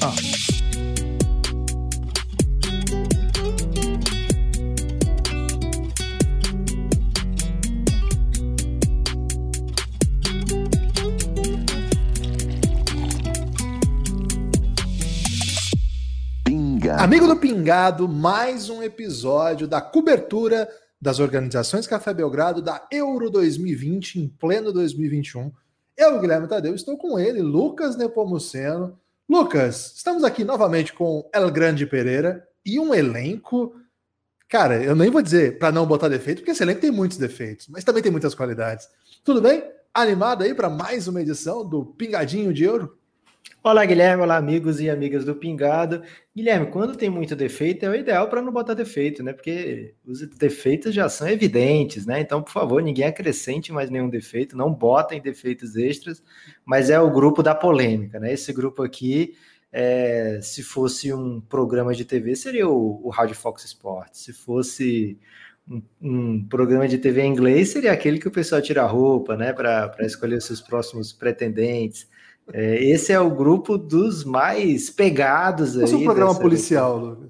Amigo do Pingado, mais um episódio da cobertura das organizações Café Belgrado da Euro 2020 em pleno 2021. Eu, Guilherme Tadeu, estou com ele, Lucas Nepomuceno. Lucas, estamos aqui novamente com El Grande Pereira e um elenco... Cara, eu nem vou dizer para não botar defeito, porque esse elenco tem muitos defeitos, mas também tem muitas qualidades. Tudo bem? Animado aí para mais uma edição do Pingadinho de Euro? Olá, Guilherme. Olá, amigos e amigas do Pingado. Guilherme, quando tem muito defeito, é o ideal para não botar defeito, né? Porque os defeitos já são evidentes, né? Então, por favor, ninguém acrescente mais nenhum defeito, não botem defeitos extras, mas é o grupo da polêmica, né? Esse grupo aqui, se fosse um programa de TV, seria o Rádio Fox Sports. Se fosse um programa de TV em inglês, seria aquele que o pessoal tira a roupa, né? Para escolher os seus próximos pretendentes. Esse é o grupo dos mais pegados aí. Esse é um programa policial, Lucas.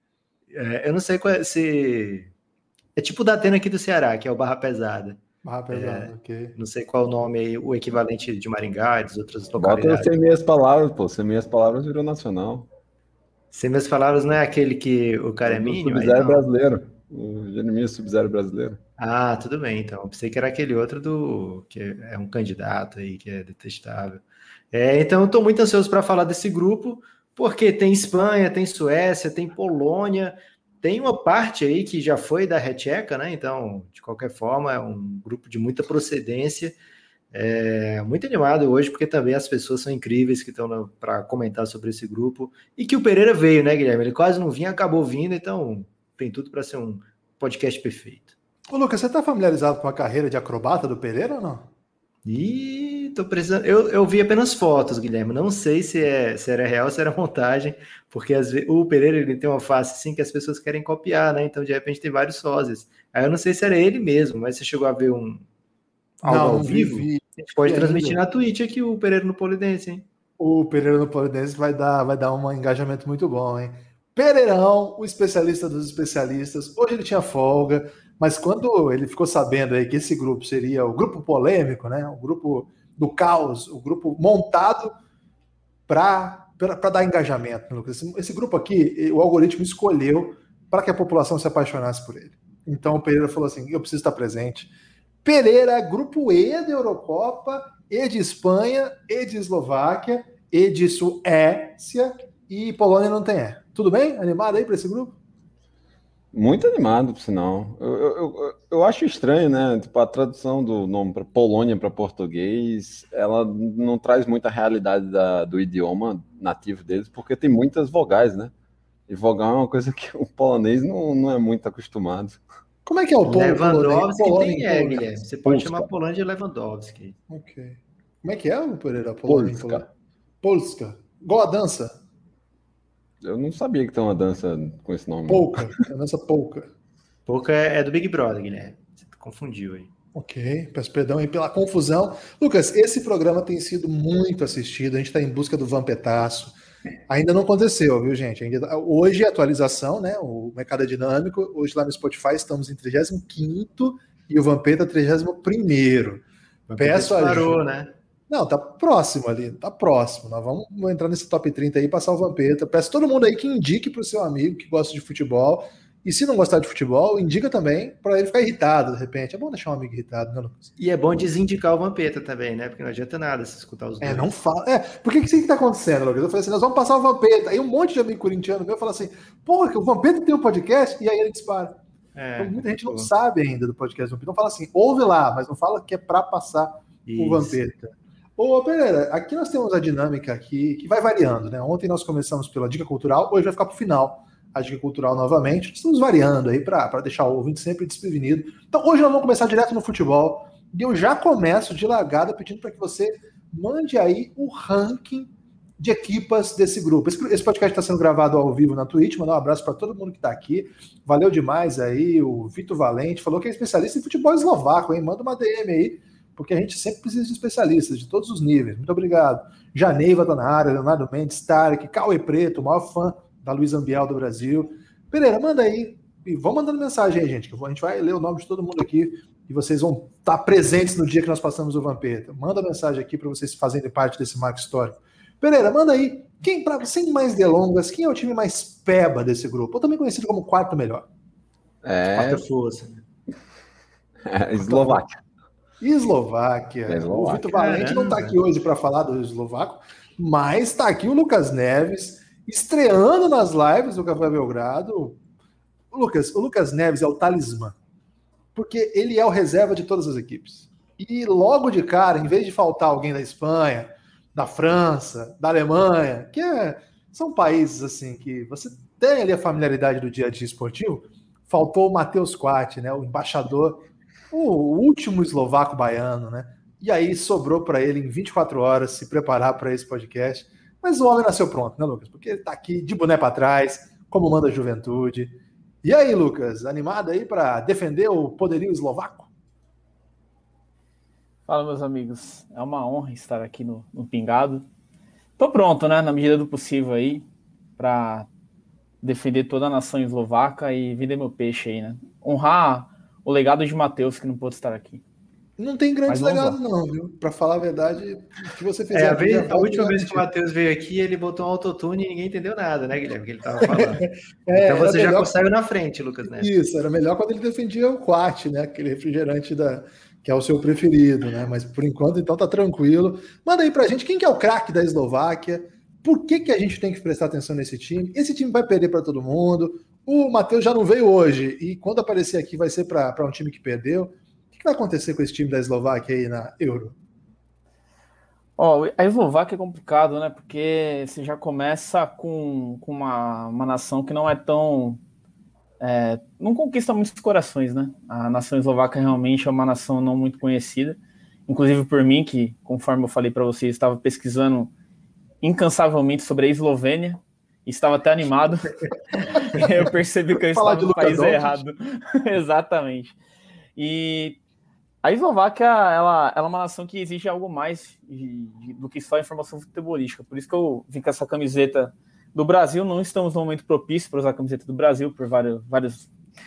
Eu não sei se... É tipo o da Atena aqui do Ceará, que é o Barra Pesada. Barra Pesada, ok. Não sei qual o nome aí, o equivalente de Maringá e das outras localidades. Bota Sem Meias Palavras, pô. Sem Meias Palavras virou nacional. Sem Meias Palavras não é aquele que o cara é mínimo? Sub-Zero brasileiro. O Jeremias Sub-Zero brasileiro. Ah, tudo bem, então. Eu pensei que era aquele outro que é um candidato aí, que é detestável. Então eu estou muito ansioso para falar desse grupo, porque tem Espanha, tem Suécia, tem Polônia, tem uma parte aí que já foi da Recheca, né? Então, de qualquer forma, é um grupo de muita procedência. Muito animado hoje, porque também as pessoas são incríveis que estão para comentar sobre esse grupo. E que o Pereira veio, né, Guilherme? Ele quase não vinha, acabou vindo, então tem tudo para ser um podcast perfeito. Ô, Lucas, você está familiarizado com a carreira de acrobata do Pereira ou não? Tô precisando. Eu vi apenas fotos, Guilherme. Não sei se era real ou se era montagem, porque às vezes, o Pereira ele tem uma face assim que as pessoas querem copiar, né? Então, de repente, tem vários sósias. Aí eu não sei se era ele mesmo, mas você chegou a ver algo ao vivo? Vi. A gente pode transmitir na Twitch aqui o Pereira no Polidense, hein? O Pereira no Polidense vai dar um engajamento muito bom, hein? Pereirão, o especialista dos especialistas. Hoje ele tinha folga, mas quando ele ficou sabendo aí que esse grupo seria o grupo polêmico, né? O grupo do caos, o grupo montado para dar engajamento, Lucas. Esse grupo aqui, o algoritmo escolheu para que a população se apaixonasse por ele. Então o Pereira falou assim: eu preciso estar presente. Pereira, grupo E da Eurocopa, E de Espanha, E de Eslováquia, E de Suécia e Polônia não tem E. Tudo bem? Animado aí para esse grupo? Muito animado, por sinal. Eu acho estranho, né? Tipo, a tradução do nome para Polônia para português, ela não traz muita realidade do idioma nativo deles, porque tem muitas vogais, né? E vogal é uma coisa que o polonês não é muito acostumado. Como é que é o polonês? Lewandowski tem Guilherme. Você pode chamar Polônia de Lewandowski. Ok. Como é que é o Pereira? Polska. Polska. Igual a dança. Eu não sabia que tem uma dança com esse nome. Polka. A dança polka. Polka é do Big Brother, Guilherme. Você confundiu aí. Ok. Peço perdão aí pela confusão. Lucas, esse programa tem sido muito assistido. A gente está em busca do Vampetaço. Ainda não aconteceu, viu, gente? Hoje é atualização, né? O mercado é dinâmico. Hoje lá no Spotify estamos em 35º e o Vampeta 31º. Peço parou, né? Não, tá próximo ali, tá próximo. Nós vamos entrar nesse top 30 aí e passar o Vampeta. Peço todo mundo aí que indique pro seu amigo que gosta de futebol. E se não gostar de futebol, indica também para ele ficar irritado de repente. É bom deixar um amigo irritado, né, Lucas? E é bom desindicar o Vampeta também, né? Porque não adianta nada se escutar os dois. Não fala. Por que tá acontecendo, Lucas? Eu falei assim, nós vamos passar o Vampeta. Aí um monte de amigo corintiano meu fala assim, pô, que o Vampeta tem um podcast? E aí ele dispara. Então, muita gente não sabe ainda do podcast do Vampeta. Então fala assim, ouve lá, mas não fala que é para passar o Vampeta. Ô, Pereira, aqui nós temos a dinâmica aqui que vai variando, né? Ontem nós começamos pela dica cultural, hoje vai ficar para o final a dica cultural novamente. Estamos variando aí para deixar o ouvinte sempre desprevenido. Então, hoje nós vamos começar direto no futebol. E eu já começo de largada pedindo para que você mande aí o ranking de equipas desse grupo. Esse podcast está sendo gravado ao vivo na Twitch. Mandar um abraço para todo mundo que está aqui. Valeu demais aí. O Vitor Valente falou que é especialista em futebol eslovaco, hein? Manda uma DM aí porque a gente sempre precisa de especialistas de todos os níveis. Muito obrigado. Janeiva tá na área, Leonardo Mendes, Tarek, Cauê Preto, o maior fã da Luiz Ambiel do Brasil. Pereira, manda aí, e vão mandando mensagem aí, gente, que a gente vai ler o nome de todo mundo aqui, e vocês vão estar presentes no dia que nós passamos o Vampeta. Manda mensagem aqui para vocês fazerem parte desse marco histórico. Pereira, manda aí, sem mais delongas, quem é o time mais peba desse grupo? Ou também conhecido como quarto melhor? Quarta força. Eslováquia. Eslováquia. O Vitor Valente não está aqui hoje para falar do eslovaco, mas está aqui o Lucas Neves, estreando nas lives do Café Belgrado. O Lucas Neves é o talismã, porque ele é o reserva de todas as equipes. E logo de cara, em vez de faltar alguém da Espanha, da França, da Alemanha, são países assim que você tem ali a familiaridade do dia a dia esportivo, faltou o Matheus Quat, né, o embaixador, o último eslovaco baiano, né? E aí sobrou para ele em 24 horas se preparar para esse podcast. Mas o homem nasceu pronto, né, Lucas? Porque ele está aqui de boné para trás, como manda a juventude. E aí, Lucas, animado aí para defender o poderio eslovaco? Fala, meus amigos. É uma honra estar aqui no Pingado. Tô pronto, né, na medida do possível aí, para defender toda a nação eslovaca e vender meu peixe aí, né? Honrar o legado de Matheus, que não pôde estar aqui. Não tem grandes legados não, viu? Para falar a verdade, o que você fez... A última vez que o Matheus veio aqui, ele botou um autotune e ninguém entendeu nada, né, Guilherme? Que ele estava falando. Então você já saiu na frente, Lucas Neves. Isso, era melhor quando ele defendia o Quat, né? Aquele refrigerante que é o seu preferido, né? Mas por enquanto, então, tá tranquilo. Manda aí pra gente, quem que é o craque da Eslováquia? Por que a gente tem que prestar atenção nesse time? Esse time vai perder para todo mundo. O Matheus já não veio hoje, e quando aparecer aqui vai ser para um time que perdeu. O que vai acontecer com esse time da Eslováquia aí na Euro? A Eslováquia é complicado, né? Porque você já começa com uma nação que não é tão... não conquista muitos corações, né? A nação eslovaca realmente é uma nação não muito conhecida. Inclusive por mim, que, conforme eu falei para vocês, estava pesquisando incansavelmente sobre a Eslovênia. Estava até animado. Eu percebi que eu estava no país errado. Exatamente. E a Eslováquia, ela é uma nação que exige algo mais do que só informação futebolística. Por isso que eu vim com essa camiseta do Brasil. Não estamos no momento propício para usar a camiseta do Brasil, por vários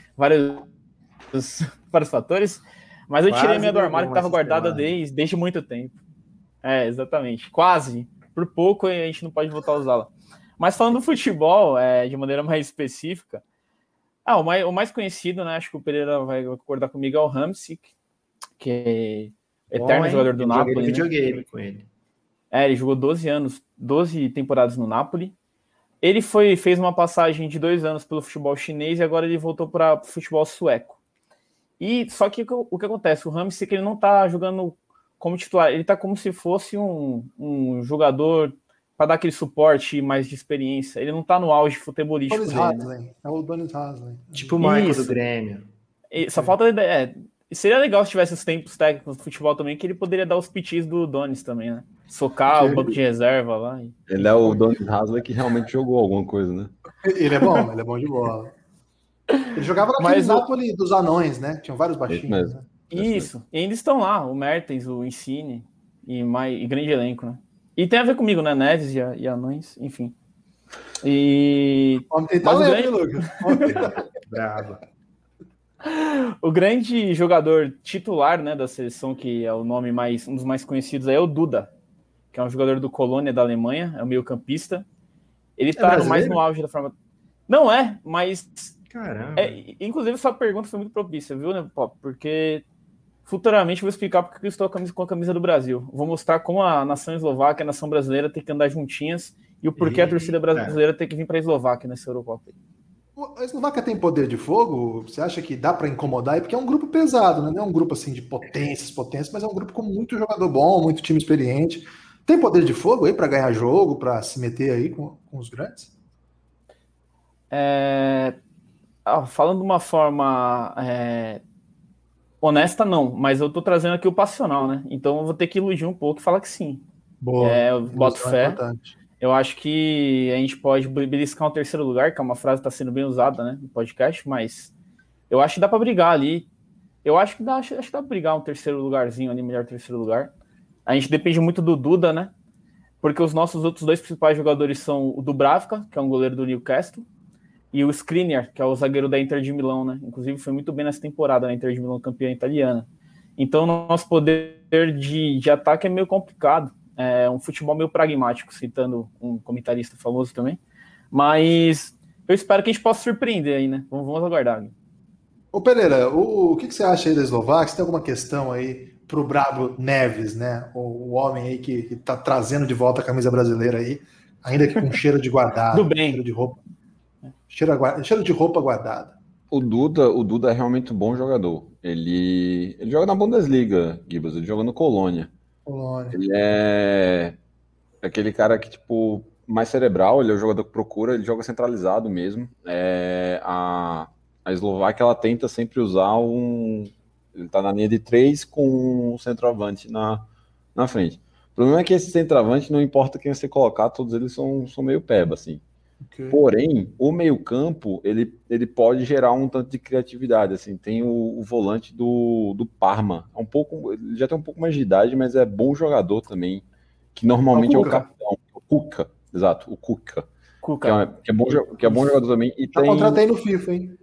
fatores. Mas eu tirei minha do armário que estava guardada desde muito tempo. Exatamente. Quase. Por pouco a gente não pode voltar a usá-la. Mas falando do futebol, de maneira mais específica, o mais conhecido, né, acho que o Pereira vai concordar comigo, é o Hamsik, que é eterno jogador do Napoli. Eu videogame com ele. Ele jogou 12 temporadas no Napoli. Ele fez uma passagem de 2 anos pelo futebol chinês e agora ele voltou para o futebol sueco. E só que o que acontece? O Hamsik, ele não está jogando como titular, ele está como se fosse um jogador para dar aquele suporte mais de experiência. Ele não tá no auge futebolístico dele, né? É o Donis Haslem. Tipo o Marco do Grêmio. Só falta... seria legal se tivesse os tempos técnicos do futebol também, que ele poderia dar os pitis do Donis também, né? Socar o banco de reserva lá. Ele é o Donis Haslem que realmente jogou alguma coisa, né? Ele é bom de bola. Ele jogava naquele Napoli dos anões, né? Tinham vários baixinhos. Né? Isso. E ainda estão lá, o Mertens, o Insigne e grande elenco, né? E tem a ver comigo, né? Neves e anões, enfim. Bravo. O grande jogador titular, né, da seleção, que é o nome um dos mais conhecidos, é o Duda, que é um jogador do Colônia da Alemanha, é um meio-campista. Ele tá mais no auge da forma... Não é, mas... Caramba. Inclusive, sua pergunta foi muito propícia, viu, né, Pop? Porque... futuramente eu vou explicar porque eu estou com a camisa do Brasil. Vou mostrar como a nação eslovaca e a nação brasileira tem que andar juntinhas e o porquê a torcida brasileira tem que vir para a Eslováquia nessa Eurocopa. A Eslováquia tem poder de fogo? Você acha que dá para incomodar? Porque é um grupo pesado, né? Não é um grupo assim de potências, mas é um grupo com muito jogador bom, muito time experiente. Tem poder de fogo aí para ganhar jogo, para se meter aí com os grandes? Falando de uma forma... honesta, não, mas eu tô trazendo aqui o passional, né? Então eu vou ter que iludir um pouco e falar que sim. Boa. Eu boto fé. Eu acho que a gente pode beliscar um terceiro lugar, que é uma frase que está sendo bem usada, né, no podcast, mas eu acho que dá para brigar ali. Eu acho que dá pra brigar um terceiro lugarzinho ali, melhor terceiro lugar. A gente depende muito do Duda, né? Porque os nossos outros 2 principais jogadores são o Dubravka, que é um goleiro do Newcastle, e o Skriniar, que é o zagueiro da Inter de Milão, né? Inclusive foi muito bem nessa temporada, na Inter de Milão, campeã italiana. Então, nosso poder de ataque é meio complicado. É um futebol meio pragmático, citando um comentarista famoso também. Mas eu espero que a gente possa surpreender aí, né? Vamos aguardar. Ô Pereira, o que você acha aí da Eslováquia? Você tem alguma questão aí pro Brabo Neves, né? O homem aí que tá trazendo de volta a camisa brasileira aí, ainda que com cheiro de guardado. Do bem. Cheiro de roupa. Cheiro de roupa guardada. O Duda é realmente um bom jogador. Ele joga na Bundesliga, Gibas, ele joga no Colônia. Ele é aquele cara que, tipo, mais cerebral, ele é o jogador que procura, ele joga centralizado mesmo. A Eslováquia, ela tenta sempre usar ele tá na linha de 3 com um centroavante na frente. O problema é que esse centroavante, não importa quem você colocar, todos eles são meio peba, assim. Okay. Porém, o meio-campo ele pode gerar um tanto de criatividade. Assim, tem o volante do Parma, ele já tem um pouco mais de idade, mas é bom jogador também, que normalmente é o capitão. O Kuka, exato, o Kuka. Que é bom jogador também. E já contratei no FIFA, hein?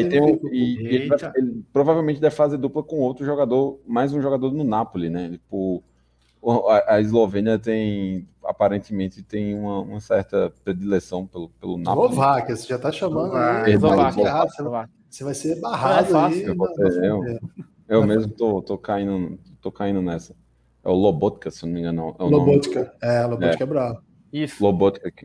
Ele provavelmente deve fazer dupla com outro jogador, mais um jogador no Napoli, né? Tipo, a Eslovênia aparentemente tem uma certa predileção pelo Napoli. Eslováquia, você já tá chamando aí. Você vai ser barrado aí. Eu mesmo tô caindo nessa. É o Lobotka, se não me engano. Lobotka, Lobotka é bravo. Isso. Lobotka aqui.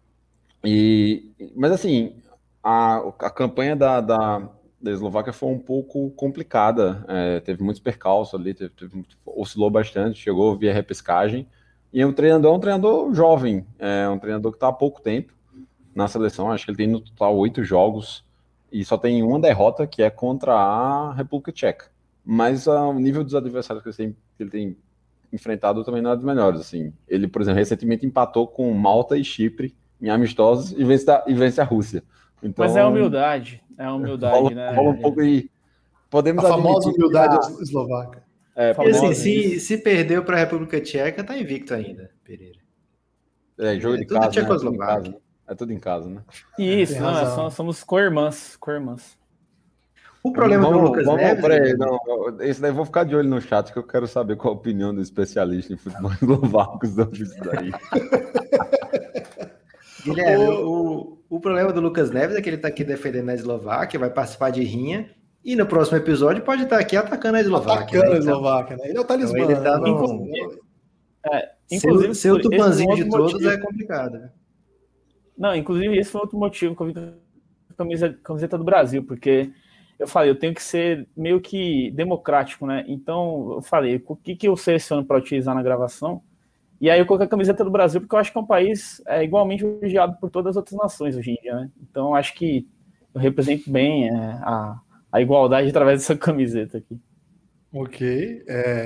Mas assim, a campanha da Eslováquia foi um pouco complicada, teve muitos percalços ali, oscilou bastante, chegou via repescagem, e o treinador é um treinador jovem, um treinador que está há pouco tempo na seleção, acho que ele tem no total 8 jogos, e só tem uma derrota, que é contra a República Tcheca, mas o nível dos adversários que ele tem enfrentado também não é dos melhores, assim. Ele, por exemplo, recentemente empatou com Malta e Chipre em amistosos e vence a Rússia. Então, mas é humildade, né? Rola um pouco aí. Podemos a famosa humildade eslovaca. Porque assim, se perdeu para a República Tcheca, tá invicto ainda, Pereira. Jogo de casa, né? É tudo em casa, né? Isso, somos co-irmãs. O problema do Lucas Neves... Esse daí eu vou ficar de olho no chat, que eu quero saber qual a opinião do especialista em futebol eslovaco sobre isso daí. Guilherme, o problema do Lucas Neves é que ele está aqui defendendo a Eslováquia, vai participar de rinha, e no próximo episódio pode estar aqui atacando a Eslováquia. Atacando a Eslováquia, né? Ele é o talismã. Então, ele tá inclusive, ser o tupanzinho de todos motivo. É complicado. Né? Não, inclusive esse foi outro motivo que eu vi a camiseta do Brasil, porque eu falei, eu tenho que ser meio que democrático, né? Então, eu falei, o que eu seleciono para utilizar na gravação? E aí eu coloquei a camiseta do Brasil, porque eu acho que é um país igualmente elogiado por todas as outras nações hoje em dia, né? Então, eu acho que eu represento bem a igualdade através dessa camiseta aqui. Ok.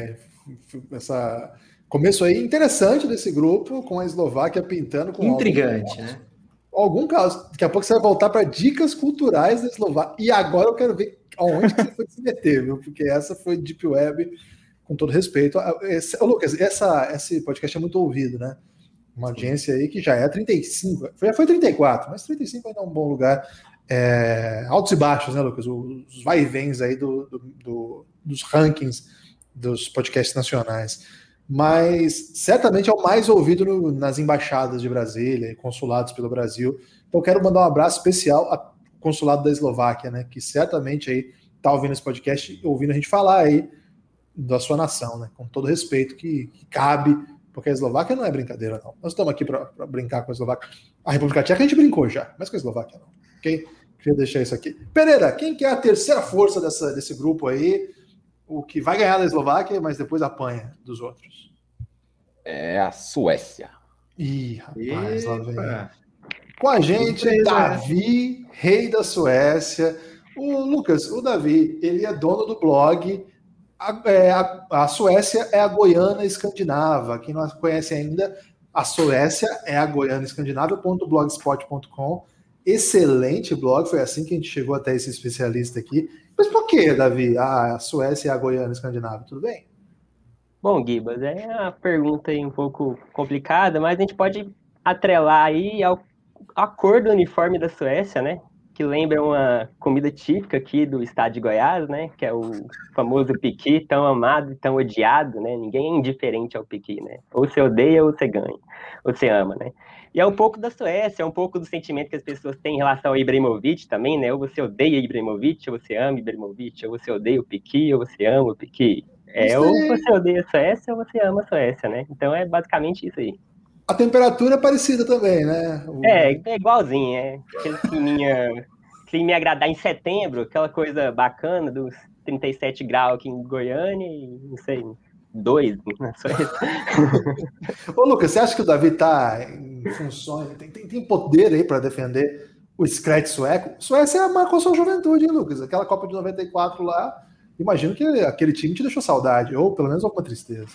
Começo aí interessante desse grupo, com a Eslováquia pintando com... Intrigante, né? Algum caso. Daqui a pouco você vai voltar para dicas culturais da Eslováquia. E agora eu quero ver aonde você foi se meter, viu? Porque essa foi Deep Web, com todo respeito. Lucas, esse podcast é muito ouvido, né? Uma audiência aí que já é 35. Já foi 34, mas 35 ainda é um bom lugar. Altos e baixos, né, Lucas? Os vai e vens aí dos rankings dos podcasts nacionais. Mas certamente é o mais ouvido nas embaixadas de Brasília e consulados pelo Brasil. Então quero mandar um abraço especial ao consulado da Eslováquia, né, que certamente aí está ouvindo esse podcast e ouvindo a gente falar aí da sua nação, né, com todo respeito que cabe, porque a Eslováquia não é brincadeira, não. Nós estamos aqui para brincar com a Eslováquia. A República Tcheca a gente brincou já, mas com a Eslováquia não. Ok? Queria deixar isso aqui. Pereira, quem que é a terceira força desse grupo aí? O que vai ganhar da Eslováquia, mas depois apanha dos outros? É a Suécia. Ih, rapaz, lá vem. Com a gente, Davi, rei da Suécia. O Lucas, o Davi, ele é dono do blog. A Suécia é a Goiânia Escandinava. Quem não conhece ainda, a Suécia é a Goiânia Escandinava.blogspot.com. Excelente blog, foi assim que a gente chegou até esse especialista aqui. Mas por que, Davi, a Suécia e a Goiânia escandinava? Tudo bem? Bom, Gibas, é uma pergunta aí um pouco complicada, mas a gente pode atrelar aí a cor do uniforme da Suécia, né? Que lembra uma comida típica aqui do estado de Goiás, né? Que é o famoso piqui, tão amado e tão odiado, né? Ninguém é indiferente ao piqui, né? Ou você odeia ou você ganha, ou você ama, né? E é um pouco da Suécia, é um pouco do sentimento que as pessoas têm em relação ao Ibrahimovic também, né? Ou você odeia Ibrahimovic, ou você ama Ibrahimovic, ou você odeia o piqui, ou você ama o piqui. Ou você odeia a Suécia ou você ama a Suécia, né? Então é basicamente isso aí. A temperatura é parecida também, né? É igualzinho, aquele clima agradar em setembro, aquela coisa bacana dos 37 graus aqui em Goiânia e, não sei, 2 na Suécia. Ô, Lucas, você acha que o Davi tá em funções, tem poder aí para defender o Scratch sueco? Suécia marcou sua juventude, hein, Lucas? Aquela Copa de 94 lá, imagino que aquele time te deixou saudade, ou pelo menos alguma tristeza.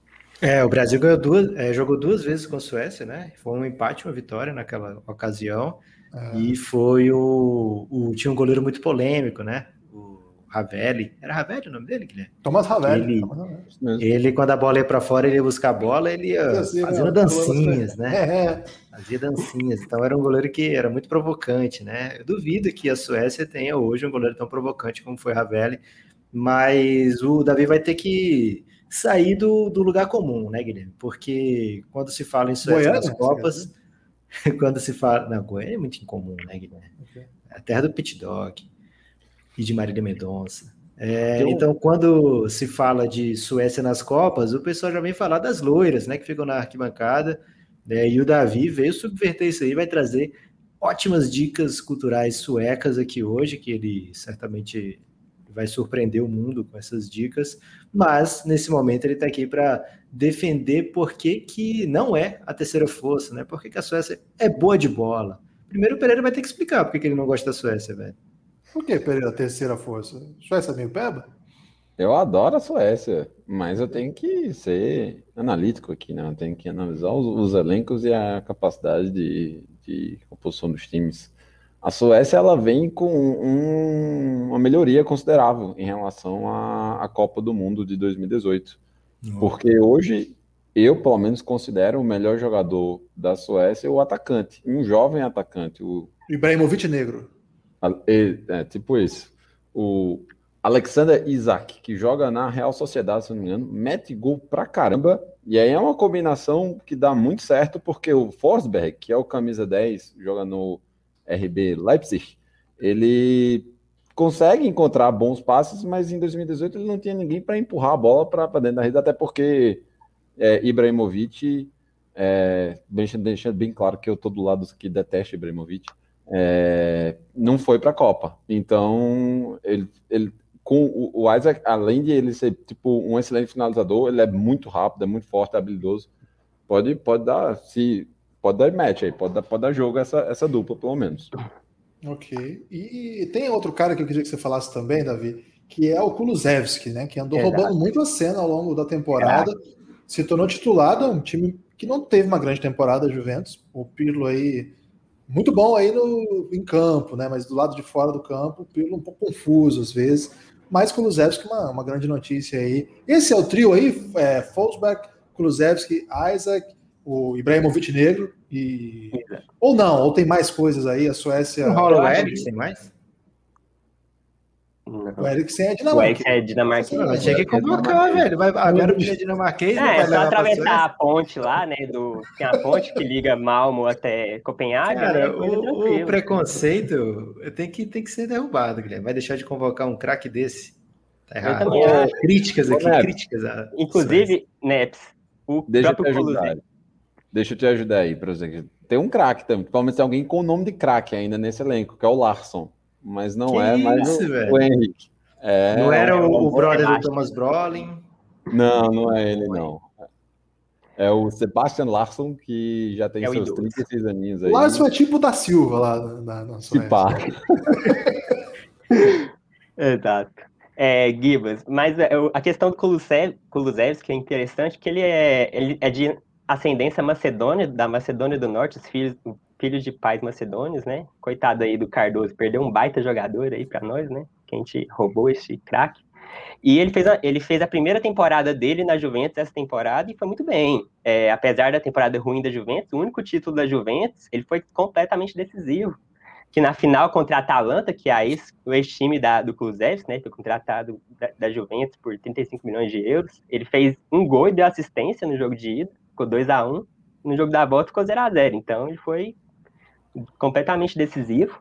O Brasil jogou 2 vezes com a Suécia, né? Foi um empate, uma vitória naquela ocasião. E foi tinha um goleiro muito polêmico, né? O Ravelli. Era Ravelli o nome dele, Guilherme? Thomas Ravelli. Ele, quando a bola ia para fora, ele ia buscar a bola, ele ia fazendo dancinhas, né? Fazia dancinhas. Então era um goleiro que era muito provocante, né? Eu duvido que a Suécia tenha hoje um goleiro tão provocante como foi Ravelli, mas o Davi vai ter que sair do lugar comum, né, Guilherme? Porque quando se fala em Suécia nas Copas, quando se fala... Não, Goiânia é muito incomum, né, Guilherme? Okay. É a terra do Pit Dog e de Marília Mendonça. Então, quando se fala de Suécia nas Copas, o pessoal já vem falar das loiras, né, que ficam na arquibancada, né, e o Davi veio subverter isso aí, vai trazer ótimas dicas culturais suecas aqui hoje, que ele certamente vai surpreender o mundo com essas dicas, mas nesse momento ele está aqui para defender por que não é a terceira força, né? Por que a Suécia é boa de bola. Primeiro o Pereira vai ter que explicar por que ele não gosta da Suécia, velho. Por que, Pereira, a terceira força? Suécia é meio peba? Eu adoro a Suécia, mas eu tenho que ser analítico aqui, né? Eu tenho que analisar os elencos e a capacidade de composição dos times. A Suécia, ela vem com uma melhoria considerável em relação à Copa do Mundo de 2018. Porque hoje, eu, pelo menos, considero o melhor jogador da Suécia o atacante. Um jovem atacante. O Ibrahimovic negro. Tipo isso. O Alexander Isak, que joga na Real Sociedade, se não me engano, mete gol pra caramba. E aí é uma combinação que dá muito certo, porque o Forsberg, que é o camisa 10, joga no RB Leipzig, ele consegue encontrar bons passes, mas em 2018 ele não tinha ninguém para empurrar a bola para dentro da rede, até porque Ibrahimovic, deixando bem claro que eu tô do lado que detesta Ibrahimovic, não foi para a Copa. Então, ele com o Isaac, além de ele ser tipo um excelente finalizador, ele é muito rápido, é muito forte, é habilidoso. Pode dar match aí, pode dar jogo essa dupla, pelo menos. Ok. E tem outro cara que eu queria que você falasse também, Davi, que é o Kulusevski, né? Que andou roubando muito a cena ao longo da temporada, se tornou titular, um time que não teve uma grande temporada, a Juventus. O Pirlo aí, muito bom aí em campo, né? Mas do lado de fora do campo, o Pirlo um pouco confuso às vezes. Mas Kulusevski, uma grande notícia aí. Esse é o trio aí, Forsberg, Kulusevski, Isaac, o Ibrahimovic negro e... Ou não, ou tem mais coisas aí, a Suécia... Não rola o Eriksen mais? Não. O Eriksen é dinamarquês. O Eriksen é dinamarquês. Mas tinha que convocar, velho. Agora o time é dinamarquês. É só atravessar a ponte lá, né? Tem a ponte que liga Malmo até Copenhague. Cara, né? O preconceito tem que ser derrubado, Guilherme. Vai deixar de convocar um craque desse? Tá errado. Críticas aqui, críticas. Inclusive, Neps, o próprio Kulusevski. Deixa eu te ajudar aí, por exemplo. Tem um craque também, provavelmente tem alguém com o nome de craque ainda nesse elenco, que é o Larsson. Mas não mais o Henrique. Não era o brother do Thomas Brolin? Não é ele, não. É o Sebastian Larsson, que já tem seus 36 aninhos aí. O Larsson é tipo o da Silva lá na Suécia. Exato. Gibas, mas a questão do Kulusevski é interessante, que ele é de ascendência macedônia, da Macedônia do Norte, os filho de pais macedônios, né? Coitado aí do Cardoso, perdeu um baita jogador aí para nós, né? Que a gente roubou esse craque. E ele fez a primeira temporada dele na Juventus essa temporada e foi muito bem. Apesar da temporada ruim da Juventus, o único título da Juventus, ele foi completamente decisivo. Que na final contra a Atalanta, que é o ex-time do Kulusevski, né, foi contratado da Juventus por 35 milhões de euros, ele fez um gol e deu assistência no jogo de ida, ficou 2-1, no jogo da volta ficou 0-0, então ele foi completamente decisivo.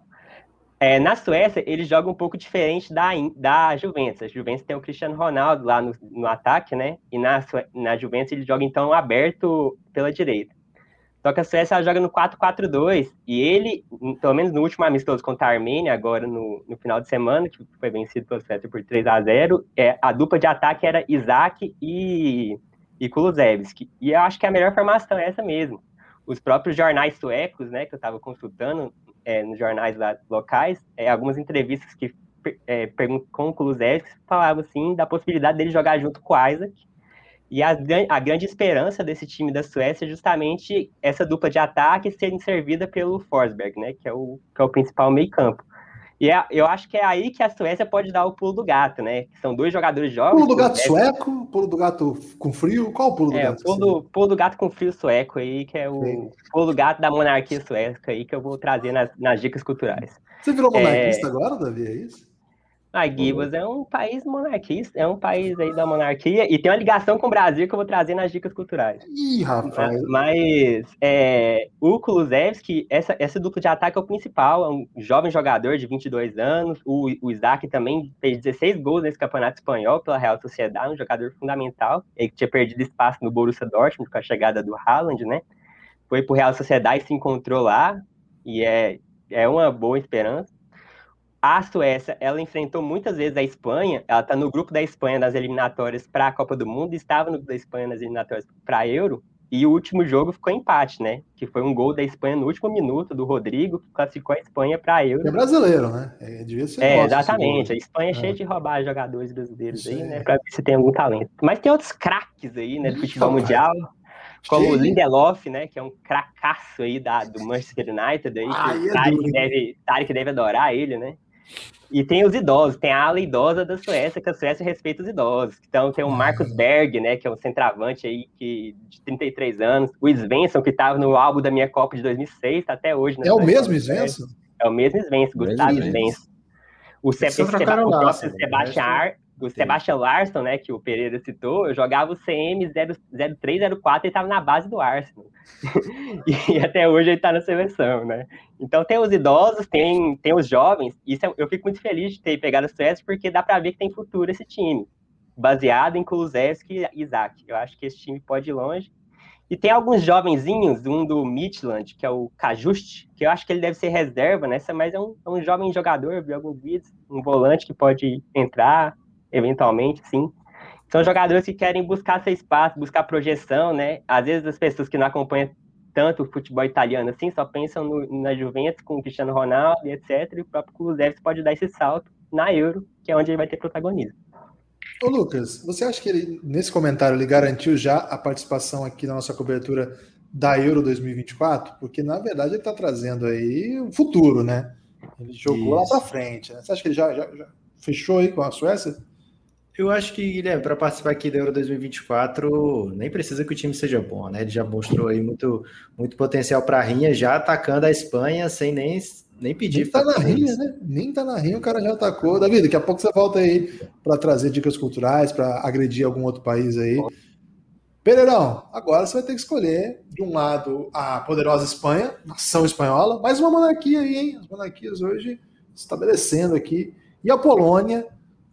Na Suécia, ele joga um pouco diferente da Juventus. A Juventus tem o Cristiano Ronaldo lá no ataque, né, e na Juventus ele joga então aberto pela direita. Só que a Suécia ela joga no 4-4-2, e ele, pelo menos no último amistoso contra a Armênia, agora no final de semana, que foi vencido pela Suécia por 3-0, a dupla de ataque era Isaac e Kulusevski. E eu acho que a melhor formação é essa mesmo. Os próprios jornais suecos, né, que eu estava consultando nos jornais lá, locais, algumas entrevistas que com o Kulusevski falavam assim, da possibilidade dele jogar junto com o Isaac. E a grande esperança desse time da Suécia é justamente essa dupla de ataque sendo servida pelo Forsberg, né, que é o principal meio-campo. E eu acho que é aí que a Suécia pode dar o pulo do gato, né? Que são dois jogadores jovens. Pulo do gato sueco, pulo do gato com frio, qual o pulo do gato? Pulo do gato com frio sueco aí, que é o pulo do gato da monarquia sueca aí, que eu vou trazer nas dicas culturais. Você virou monarquista agora, Davi, é isso? Gibas é um país monarquista, é um país aí da monarquia, e tem uma ligação com o Brasil que eu vou trazer nas dicas culturais. Ih, rapaz! Mas o Kulusevski, essa dupla de ataque é o principal, é um jovem jogador de 22 anos, o Isaac também fez 16 gols nesse campeonato espanhol pela Real Sociedade, um jogador fundamental, ele que tinha perdido espaço no Borussia Dortmund com a chegada do Haaland, né? Foi pro Real Sociedade e se encontrou lá, e é uma boa esperança. A Suécia, ela enfrentou muitas vezes a Espanha, ela está no grupo da Espanha nas eliminatórias para a Copa do Mundo, estava no grupo da Espanha nas eliminatórias para a Euro, e o último jogo ficou empate, né? Que foi um gol da Espanha no último minuto, do Rodrigo, que classificou a Espanha para a Euro. É brasileiro, né? Devia ser exatamente. A Espanha é cheia de roubar jogadores brasileiros aí, né? Para ver se tem algum talento. Mas tem outros craques aí, né, do futebol mundial, como o Lindelof, né, que é um cracaço aí do Manchester United, aí, que Tarek deve adorar ele, né? E tem os idosos, tem a ala idosa da Suécia, que a Suécia respeita os idosos. Então tem o Marcus Berg, né, que é um centroavante aí de 33 anos. O Svensson, que estava no álbum da minha Copa de 2006, tá até hoje. É o mesmo Svensson? É o mesmo Svensson, Gustavo Svensson. O Sebastian Larsson, né, que o Pereira citou, eu jogava o CM 0304 e estava na base do Arsenal. E até hoje ele está na seleção, né? Então tem os idosos, tem os jovens, eu fico muito feliz de ter pegado a Suécia, porque dá para ver que tem futuro esse time, baseado em Kulusevski e Isaac. Eu acho que esse time pode ir longe. E tem alguns jovenzinhos, um do Midtjylland, que é o Kajust, que eu acho que ele deve ser reserva nessa, mas é um jovem jogador, vi alguns vídeos, um volante que pode entrar eventualmente, sim. São jogadores que querem buscar seu espaço, buscar projeção, né? Às vezes as pessoas que não acompanham tanto o futebol italiano assim, só pensam na Juventus com o Cristiano Ronaldo e etc. E o próprio Kulusevski pode dar esse salto na Euro, que é onde ele vai ter protagonismo. Ô Lucas, você acha que ele, nesse comentário, ele garantiu já a participação aqui na nossa cobertura da Euro 2024? Porque, na verdade, ele está trazendo aí o futuro, né? Ele jogou lá para frente, né? Você acha que ele já fechou aí com a Suécia? Eu acho que, Guilherme, para participar aqui da Euro 2024, nem precisa que o time seja bom, né? Ele já mostrou aí muito potencial para a rinha, já atacando a Espanha sem nem pedir. Nem tá na rinha, né? Nem tá na rinha, o cara já atacou. Davi, daqui a pouco você volta aí para trazer dicas culturais, para agredir algum outro país aí. Pereirão, agora você vai ter que escolher, de um lado, a poderosa Espanha, nação espanhola, mais uma monarquia aí, hein? As monarquias hoje se estabelecendo aqui. E a Polônia,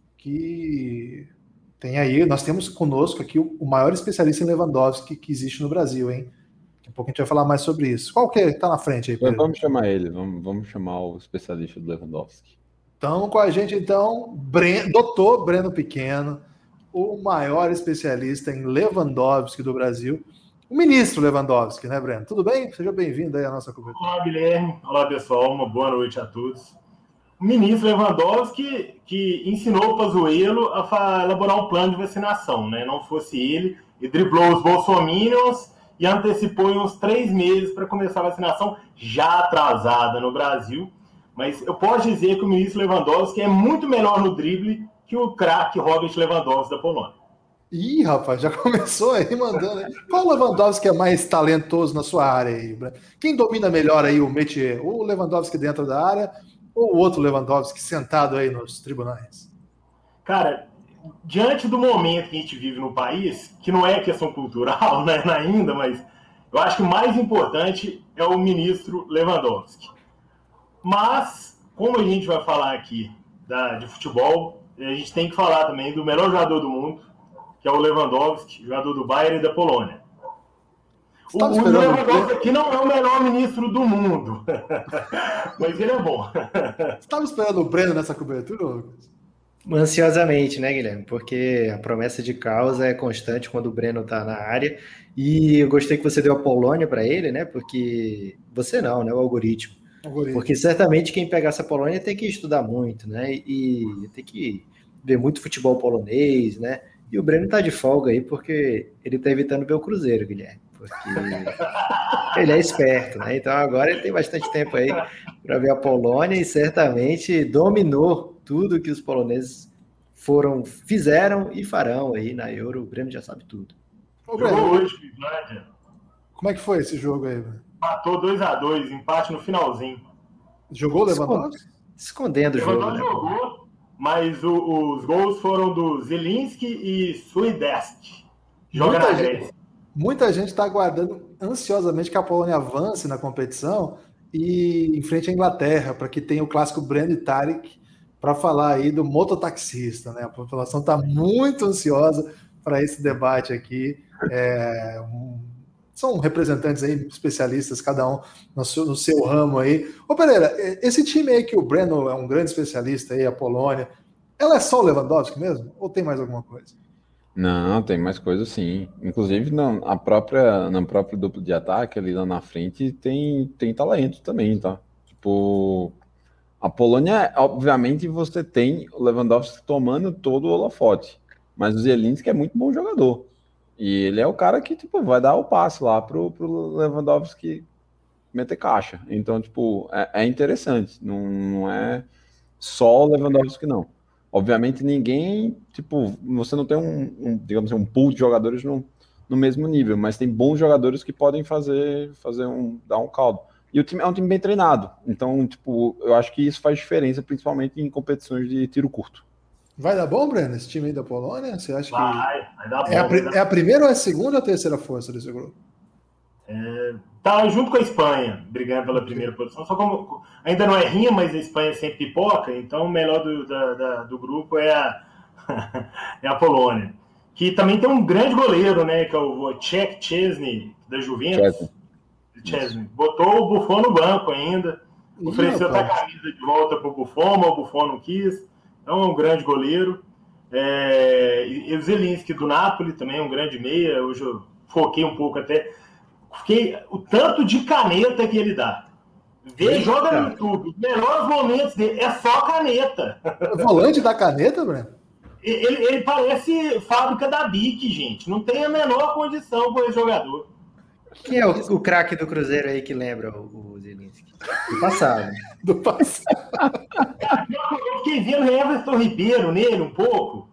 que tem aí, nós temos conosco aqui o maior especialista em Lewandowski que existe no Brasil, hein? Daqui a pouco a gente vai falar mais sobre isso. Qual que tá na frente aí, Pedro? Vamos chamar ele, vamos chamar o especialista do Lewandowski. Então, com a gente, então, Dr. Breno Pequeno, o maior especialista em Lewandowski do Brasil. O ministro Lewandowski, né, Breno? Tudo bem? Seja bem-vindo aí à nossa cobertura. Olá, Guilherme. Olá, pessoal. Uma boa noite a todos. O ministro Lewandowski, que ensinou o Pazuello a elaborar um plano de vacinação, né? Não fosse ele, e driblou os bolsominions e antecipou em uns 3 meses para começar a vacinação, já atrasada no Brasil. Mas eu posso dizer que o ministro Lewandowski é muito melhor no drible que o craque Robert Lewandowski da Polônia. Ih, rapaz, já começou aí mandando. Qual o Lewandowski é mais talentoso na sua área aí? Quem domina melhor aí o métier? O Lewandowski dentro da área ou o outro Lewandowski sentado aí nos tribunais? Cara, diante do momento que a gente vive no país, que não é questão cultural, né, ainda, mas eu acho que o mais importante é o ministro Lewandowski. Mas, como a gente vai falar aqui de futebol, a gente tem que falar também do melhor jogador do mundo, que é o Lewandowski, jogador do Bayern e da Polônia. O Lewandowski aqui não é o melhor ministro do mundo, mas ele é bom. Você estava esperando o Breno nessa cobertura, Lucas? Ansiosamente, né, Guilherme? Porque a promessa de causa é constante quando o Breno está na área. E eu gostei que você deu a Polônia para ele, né? Porque você não, né? O algoritmo. Porque certamente quem pegar essa Polônia tem que estudar muito, né? E tem que ver muito futebol polonês, né? E o Breno tá de folga aí porque ele tá evitando ver o Cruzeiro, Guilherme. Porque ele é esperto, né? Então agora ele tem bastante tempo aí para ver a Polônia e certamente dominou tudo que os poloneses fizeram e farão aí na Euro. O Breno já sabe tudo. Ô, Breno, hoje, Finlândia. Como é que foi esse jogo aí, Breno? Matou 2-2, empate no finalzinho. Jogou o Lewandowski? Escondendo o jogo. Lewandowski jogou, mas os gols foram do Zielinski e Suidest. Joga na Grécia. Muita gente está aguardando ansiosamente que a Polônia avance na competição e enfrente a Inglaterra, para que tenha o clássico Breno e Tarek para falar aí do mototaxista, né? A população está muito ansiosa para esse debate aqui. São representantes aí, especialistas, cada um no seu ramo aí. Ô Pereira, esse time aí que o Breno é um grande especialista aí, a Polônia, ela é só o Lewandowski mesmo? Ou tem mais alguma coisa? Não, tem mais coisa sim. Inclusive na própria dupla de ataque ali lá na frente tem talento também, tá? Tipo, a Polônia, obviamente, você tem o Lewandowski tomando todo o holofote, mas o Zielinski é muito bom jogador. E ele é o cara que, tipo, vai dar o passe lá pro Lewandowski meter caixa. Então, tipo, é interessante. Não é só o Lewandowski, não. Obviamente, ninguém, tipo, você não tem digamos assim, um pool de jogadores no mesmo nível, mas tem bons jogadores que podem dar um caldo. E o time é um time bem treinado. Então, tipo, eu acho que isso faz diferença, principalmente em competições de tiro curto. Vai dar bom, Breno, esse time aí da Polônia? Você acha que vai dar bom, é a primeira ou a segunda ou a terceira força desse grupo? Tá junto com a Espanha, brigando pela primeira posição. Só como ainda não é rima, mas a Espanha sempre pipoca, então o melhor do grupo é a Polônia. Que também tem um grande goleiro, né? Que é o Wojciech Szczesny, da Juventus. Szczesny. Botou o Buffon no banco ainda. Ofereceu a camisa de volta para o Buffon, mas o Buffon não quis. Então é um grande goleiro. E o Zielinski do Napoli também é um grande meia. Hoje eu foquei um pouco até. O tanto de caneta que ele dá. Joga no YouTube. Os melhores momentos dele é só caneta. O volante da caneta, Breno? Ele parece fábrica da BIC, gente. Não tem a menor condição com esse jogador. Quem é o craque do Cruzeiro aí que lembra o Zielinski? Do passado. Do passado. Eu fiquei vendo o Everton Ribeiro nele um pouco.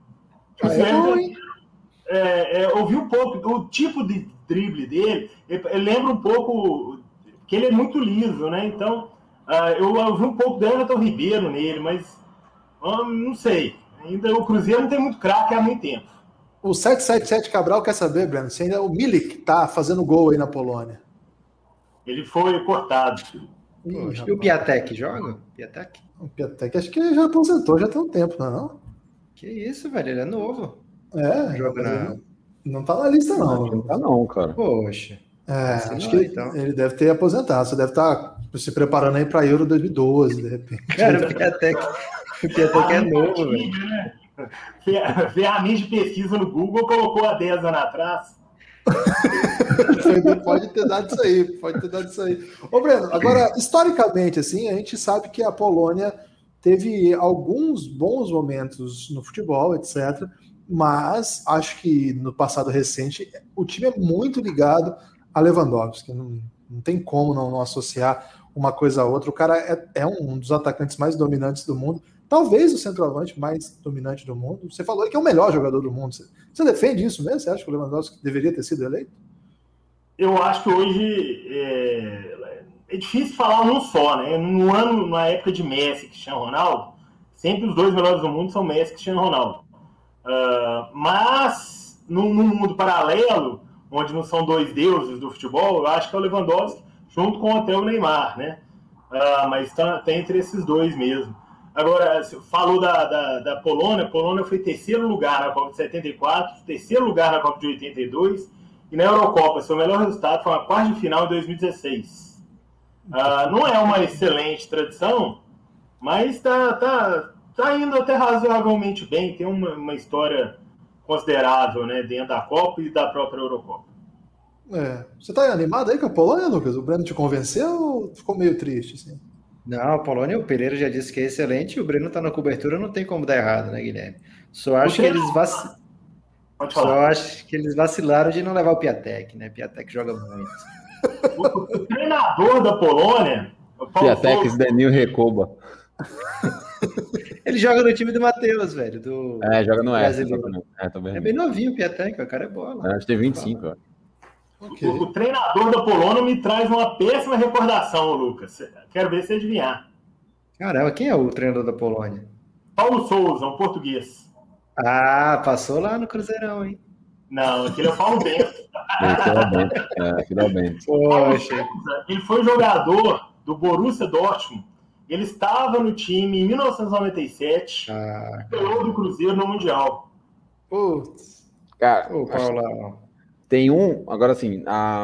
Eu vi um pouco. O tipo de drible dele, ele lembra um pouco que ele é muito liso, né? Então, eu vi um pouco do Everton Ribeiro nele, mas não sei. Ainda o Cruzeiro não tem muito craque há muito tempo. O 777 Cabral quer saber, Breno, se ainda o Milik tá fazendo gol aí na Polônia. Ele foi cortado. E o Piatek joga? O Piatek acho que já aposentou, já tem um tempo, não? Que isso, velho, ele é novo. Joga não tá na lista, não. Não tá não, cara. Poxa. Acho que ele deve ter aposentado. Você deve estar se preparando aí para Euro 2012, de repente. Cara, o Piatek é novo, velho. Ferramenta de pesquisa no Google colocou há 10 anos atrás. Pode ter dado isso aí. Ô, Breno, agora, historicamente, assim, a gente sabe que a Polônia teve alguns bons momentos no futebol, etc., mas acho que no passado recente o time é muito ligado a Lewandowski. Não tem como não associar uma coisa a outra. O cara é um dos atacantes mais dominantes do mundo. Talvez o centroavante mais dominante do mundo. Você falou que é o melhor jogador do mundo. Você defende isso mesmo? Você acha que o Lewandowski deveria ter sido eleito? Eu acho que hoje é difícil falar um só, né? Na época de Messi e Cristiano Ronaldo, sempre os dois melhores do mundo são Messi e Cristiano Ronaldo. Mas, num mundo paralelo, onde não são dois deuses do futebol, eu acho que é o Lewandowski junto com até o Neymar, né? Mas tá entre esses dois mesmo. Agora, você falou da Polônia. A Polônia foi terceiro lugar na Copa de 74, terceiro lugar na Copa de 82, e na Eurocopa, seu melhor resultado foi uma quarta de final em 2016. Não é uma excelente tradição, mas tá indo até razoavelmente bem, tem uma história considerável, né, dentro da Copa e da própria Eurocopa. Você tá animado aí com a Polônia, Lucas? O Breno te convenceu ou ficou meio triste, assim? Não, a Polônia, o Pereira já disse que é excelente e o Breno tá na cobertura, não tem como dar errado, né, Guilherme? Só acho que eles vacilaram de não levar o Piatek, né? Piatek joga muito. O treinador da Polônia... Piatek, Danilo Recoba. Ele joga no time do Matheus, velho. Joga no brasileiro. É bem novinho o Piatek, o cara é bola. Acho que tem 25, ó. Okay. O treinador da Polônia me traz uma péssima recordação, Lucas. Quero ver se adivinhar. Caramba, quem é o treinador da Polônia? Paulo Souza, um português. Passou lá no Cruzeirão, hein? Não, aquele é o Paulo Bento. Aquele é o Bento. Poxa. Ele foi jogador do Borussia Dortmund. Ele estava no time em 1997 e ganhou do Cruzeiro no Mundial. Putz. Cara, tem agora assim,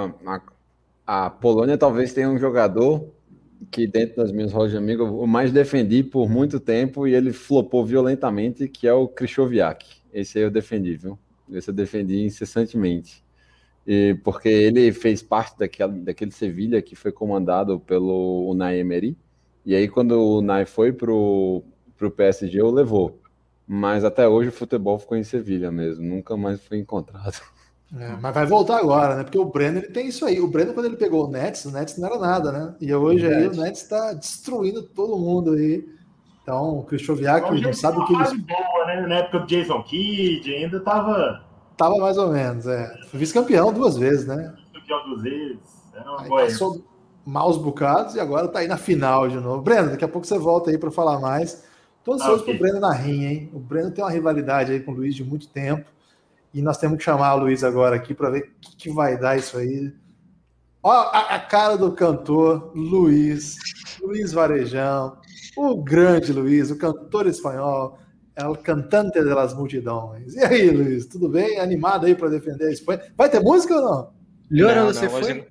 a Polônia talvez tenha um jogador que dentro das minhas rodas de amigos eu mais defendi por muito tempo e ele flopou violentamente, que é o Krychowiak. Esse aí eu defendi, viu? Esse eu defendi incessantemente. Porque ele fez parte daquele Sevilha que foi comandado pelo Unai Emery. E aí quando o Unai foi pro PSG, o levou. Mas até hoje o futebol ficou em Sevilha mesmo. Nunca mais foi encontrado. Mas vai voltar agora, né? Porque o Breno ele tem isso aí. O Breno, quando ele pegou o Nets não era nada, né? E hoje aí o Nets está destruindo todo mundo aí. Então, o Krychowiak não sabe o que eles... boa, né? Na época do Jason Kidd, ainda tava mais ou menos, Foi vice-campeão 2 vezes, né? Vice-campeão 2 vezes. Era uma boa. Passou maus bocados e agora tá aí na final de novo. Breno, daqui a pouco você volta aí para falar mais. Tô ansioso pro Breno na rinha, hein? O Breno tem uma rivalidade aí com o Luiz de muito tempo. E nós temos que chamar o Luiz agora aqui para ver o que vai dar isso aí. Ó, a cara do cantor Luiz Varejão, o grande Luiz, o cantor espanhol, el cantante de las multidões. E aí, Luiz, tudo bem? Animado aí para defender a Espanha? Vai ter música ou não? Não, você foi? Hoje...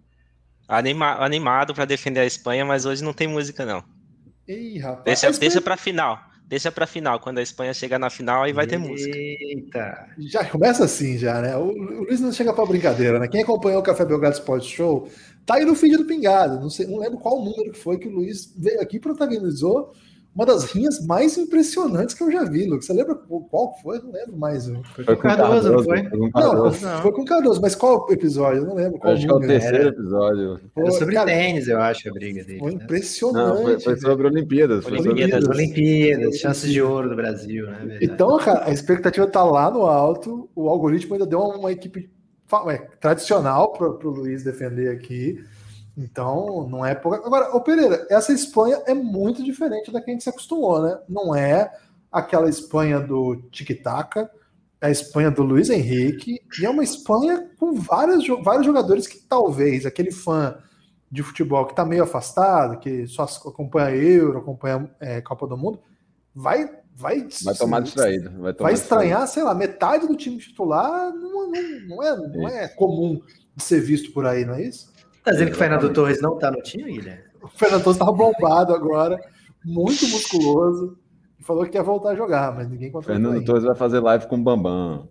Animado para defender a Espanha, mas hoje não tem música, não. Ih, rapaz. Deixa para final. Deixa pra final, quando a Espanha chegar na final, aí vai ter música. Eita! Já começa assim, já, né? O Luiz não chega pra brincadeira, né? Quem acompanhou o Café Belgrado Sports Show tá aí no feed do Pingado. Não lembro qual número que foi que o Luiz veio aqui e protagonizou uma das rinhas mais impressionantes que eu já vi, Lucas. Você lembra qual foi? Eu não lembro mais. Foi com o Cardoso, não foi? Não, foi com o Cardoso, mas qual episódio? Eu não lembro qual. Acho que é o terceiro episódio. Era sobre tênis, eu acho, a briga dele. Foi impressionante. Não, foi sobre Olimpíadas. Olimpíadas, chances de ouro do Brasil, né? Então, cara, a expectativa tá lá no alto. O algoritmo ainda deu uma equipe tradicional para o Luiz defender aqui. Então, não é pouca... Agora, ô Pereira, essa Espanha é muito diferente da que a gente se acostumou, né? Não é aquela Espanha do tic-tac, é a Espanha do Luiz Henrique, e é uma Espanha com vários jogadores que talvez aquele fã de futebol que tá meio afastado, que só acompanha Euro, acompanha Copa do Mundo, vai tomar distraído. Vai estranhar, sei lá, metade do time titular não é comum de ser visto por aí, não é isso? Tá dizendo que o Fernando Torres não tá no time, Guilherme? O Fernando Torres tava bombado agora, muito musculoso, e falou que quer voltar a jogar, mas ninguém contratou. Fernando Torres vai fazer live com o Bambam.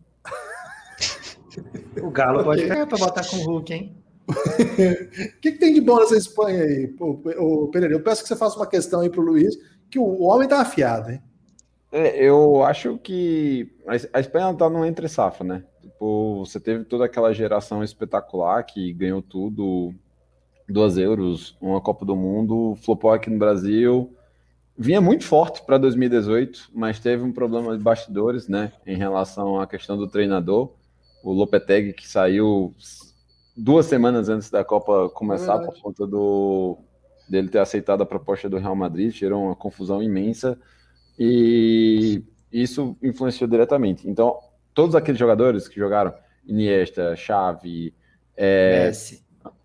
O Galo pode pegar pra botar com o Hulk, hein? O que tem de bom nessa Espanha aí, Pereira? Eu peço que você faça uma questão aí pro Luiz, que o homem tá afiado, hein? Eu acho que a Espanha tá num entre-safra, né? Você teve toda aquela geração espetacular que ganhou tudo, 2 Euros, uma Copa do Mundo, flopou aqui no Brasil, vinha muito forte para 2018, mas teve um problema de bastidores, né, em relação à questão do treinador, o Lopetegui, que saiu 2 semanas antes da Copa começar por conta dele ter aceitado a proposta do Real Madrid, gerou uma confusão imensa e isso influenciou diretamente. Então, todos aqueles jogadores que jogaram, Iniesta, Xavi, Messi,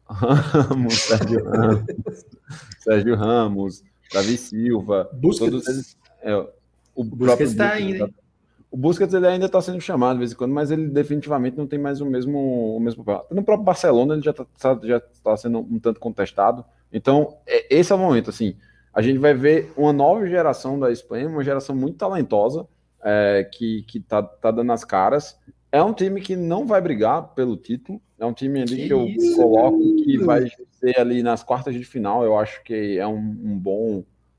Sérgio Ramos, Davi Silva, Busquets. todos eles, o Busquets está ainda. O Busquets ele ainda está sendo chamado de vez em quando, mas ele definitivamente não tem mais o mesmo papel. No próprio Barcelona ele já está sendo um tanto contestado. Então, esse é o momento, assim, a gente vai ver uma nova geração da Espanha, uma geração muito talentosa, que tá dando as caras. É um time que não vai brigar pelo título, é um time ali que eu coloco que vai ser ali nas quartas de final. Eu acho que é um bom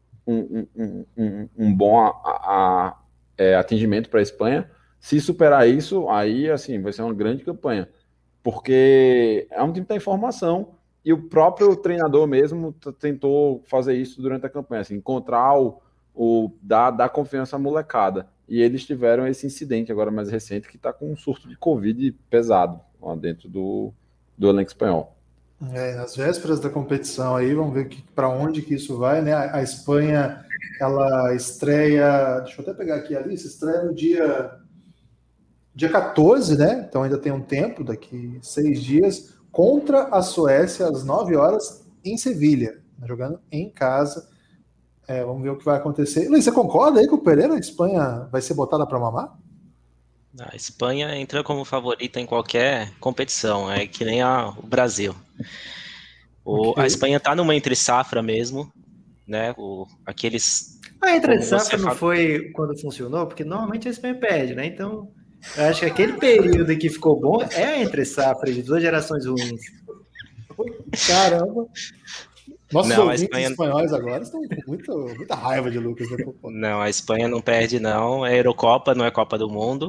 atingimento para a Espanha. Se superar isso, aí assim, vai ser uma grande campanha, porque é um time que está em formação e o próprio treinador mesmo tentou fazer isso durante a campanha, assim, encontrar dar confiança à molecada. E eles tiveram esse incidente agora mais recente que está com um surto de Covid pesado lá dentro do elenco espanhol. Nas vésperas da competição aí, vamos ver para onde que isso vai, né? A Espanha, ela estreia, deixa eu até pegar aqui a lista, estreia no dia 14, né? Então ainda tem um tempo, daqui 6 dias, contra a Suécia às 9 horas em Sevilha, jogando em casa. Vamos ver o que vai acontecer. Luiz, você concorda aí com o Pereira? A Espanha vai ser botada para mamar? A Espanha entra como favorita em qualquer competição, é que nem o Brasil. Okay. A Espanha está numa entre-safra mesmo, né? A entre-safra não foi quando funcionou, porque normalmente a Espanha perde, né? Então, eu acho que aquele período que ficou bom é a entre-safra de 2 gerações ruins. Caramba! Nossos ouvintes espanhóis agora estão com muita raiva de Lucas. Né? Não, a Espanha não perde, não. A Eurocopa não é Copa do Mundo.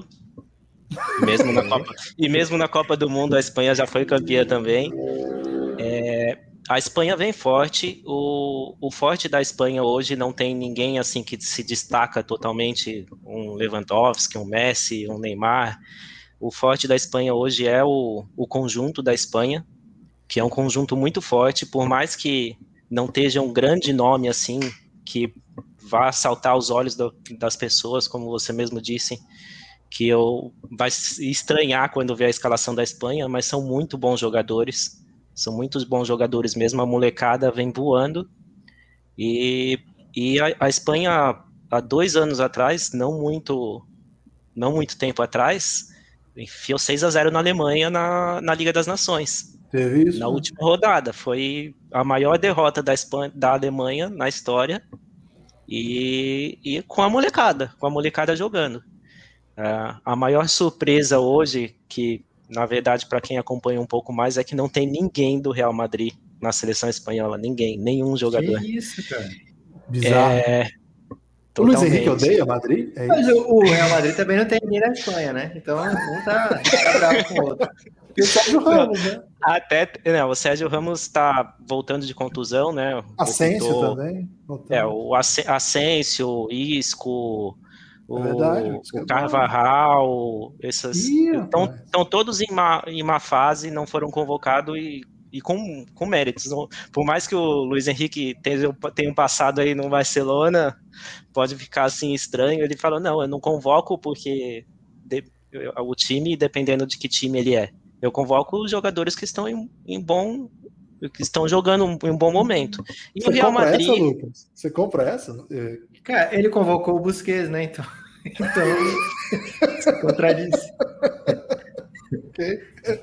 Mesmo na Copa do Mundo, a Espanha já foi campeã também. A Espanha vem forte. O forte da Espanha hoje não tem ninguém assim que se destaca totalmente. Um Lewandowski, um Messi, um Neymar. O forte da Espanha hoje é o conjunto da Espanha, que é um conjunto muito forte, por mais que não esteja um grande nome assim, que vá saltar aos olhos das pessoas, como você mesmo disse, que vai estranhar quando ver a escalação da Espanha, mas são muito bons jogadores mesmo, a molecada vem voando, e a Espanha, há 2 anos atrás, não muito tempo atrás, enfiou 6-0 na Alemanha na Liga das Nações. Teve isso, na última rodada. Foi a maior derrota da Alemanha na história, e com a molecada jogando. A maior surpresa hoje, que na verdade para quem acompanha um pouco mais, é que não tem ninguém do Real Madrid na seleção espanhola, nenhum jogador. Que isso, cara? Bizarro. O Luiz Henrique odeia Madrid? Mas o Real Madrid também não tem ninguém na Espanha, né? Então um tá bravo com o outro. E o Sérgio Ramos, né? O Sérgio Ramos está voltando de contusão, né? Asensio também. O Asensio, o Isco, o Carvajal, estão todos em má fase, não foram convocados e com méritos. Por mais que o Luiz Henrique tenha um passado aí no Barcelona, pode ficar assim estranho, ele falou, não, eu não convoco porque o time, dependendo de que time ele é, eu convoco os jogadores que estão que estão jogando em um bom momento. E você o Real compra Madrid... essa, Lucas? Você compra essa? Cara, ele convocou o Busquets, né? Então se contradiz. Okay.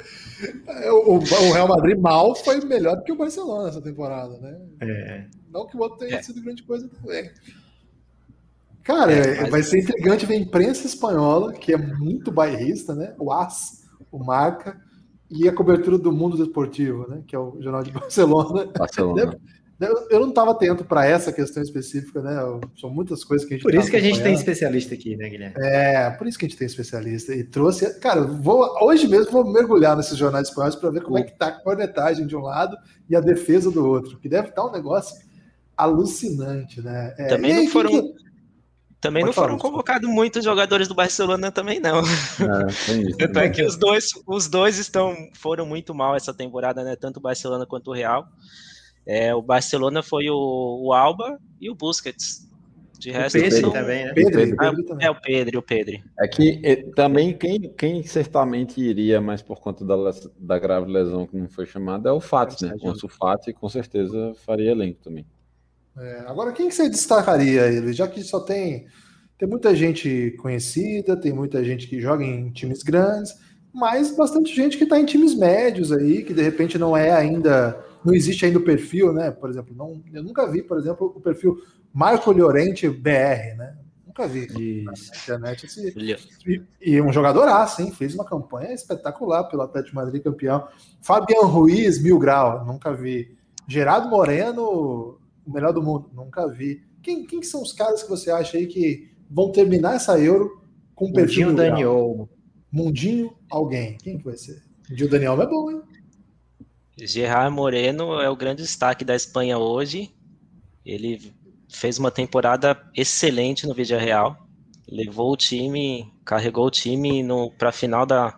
O Real Madrid mal foi melhor do que o Barcelona essa temporada, né? Não que o outro tenha sido grande coisa também. Cara, vai ser intrigante ver a imprensa espanhola, que é muito bairrista, né? O AS, o Marca, e a cobertura do Mundo Desportivo, né? Que é o jornal de Barcelona. Eu não estava atento para essa questão específica, né? São muitas coisas que a gente Por isso que a gente tem especialista aqui, né, Guilherme? Por isso que a gente tem especialista. E trouxe. Cara, hoje mesmo vou mergulhar nesses jornais espanhóis para ver como é que tá a cornetagem de um lado e a defesa do outro, que deve estar um negócio alucinante, né? Também não foram convocados muitos jogadores do Barcelona também, não. Tanto é que os dois foram muito mal essa temporada, né? Tanto o Barcelona quanto o Real. O Barcelona foi o Alba e o Busquets. De resto, o Pedro também, né? O Pedro. É que também quem certamente iria, mas por conta da grave lesão que não foi chamada, é o Fati, né? O Ansu Fati com certeza faria elenco também. Agora, quem que você destacaria aí, Luiz? Já que só tem muita gente conhecida, tem muita gente que joga em times grandes, mas bastante gente que está em times médios aí, que de repente não existe ainda o perfil, né? Por exemplo, eu nunca vi, por exemplo, o perfil Marco Llorente BR, né? Nunca vi na internet. E um jogadoraço, hein? Fez uma campanha espetacular pelo Atlético de Madrid, campeão. Fabian Ruiz, 1000 grau, nunca vi. Gerardo Moreno, o melhor do mundo, nunca vi. Quem são os caras que você acha aí que vão terminar essa Euro com o perfil Mundinho Daniel? Mundinho, alguém. Quem que vai ser? Mundinho Daniel é bom, hein? Gerard Moreno é o grande destaque da Espanha hoje. Ele fez uma temporada excelente no Villarreal. Levou o time, carregou o time para a final da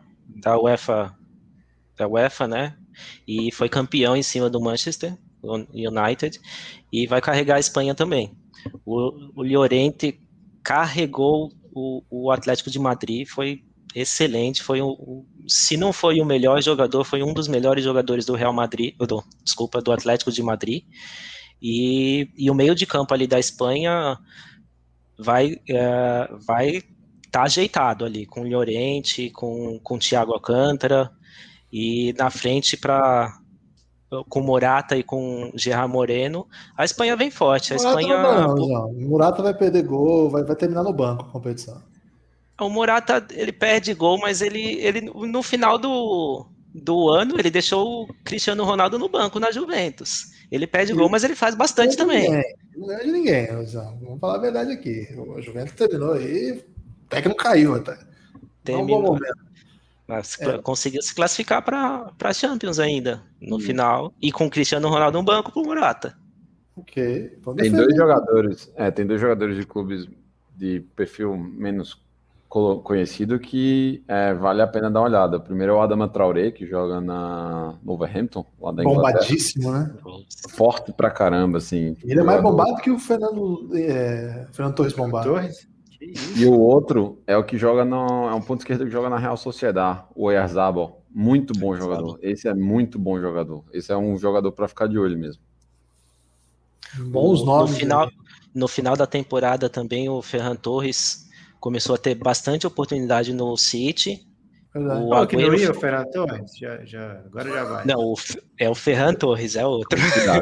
UEFA, né? E foi campeão em cima do Manchester United. E vai carregar a Espanha também. O Llorente carregou o Atlético de Madrid, foi excelente, se não foi o melhor jogador, foi um dos melhores jogadores do Real Madrid, do Atlético de Madrid, e o meio de campo ali da Espanha vai tá ajeitado ali, com o Llorente, com o Thiago Alcântara, e na frente com Morata e com Gerard Moreno, a Espanha vem forte. O Morata vai perder gol, vai terminar no banco a competição. O Morata, ele perde gol, mas ele no final do ano, ele deixou o Cristiano Ronaldo no banco na Juventus. Ele perde gol, mas ele faz bastante também. Não ganha de ninguém, vamos falar a verdade aqui. O Juventus terminou aí, até que não caiu até. Terminou. Mas conseguiu se classificar para a Champions ainda, no final, e com o Cristiano Ronaldo no banco pro Morata. Ok. Tem dois jogadores de clubes de perfil menos conhecido que vale a pena dar uma olhada. O primeiro é o Adama Traoré, que joga na Wolverhampton, lá da Inglaterra. Bombadíssimo, né? Forte pra caramba, assim. Ele é mais bombado que o Fernando Torres bombado. E o outro é o que joga é um ponto esquerdo que joga na Real Sociedad, o Oyarzabal. Muito bom jogador. Esse é muito bom jogador. Esse é um jogador para ficar de olho mesmo. Bons nomes. No final da temporada também o Ferran Torres começou a ter bastante oportunidade no City. O Agüero... que não ia o Ferran Torres? Agora já vai. Não, é o Ferran Torres, é outro.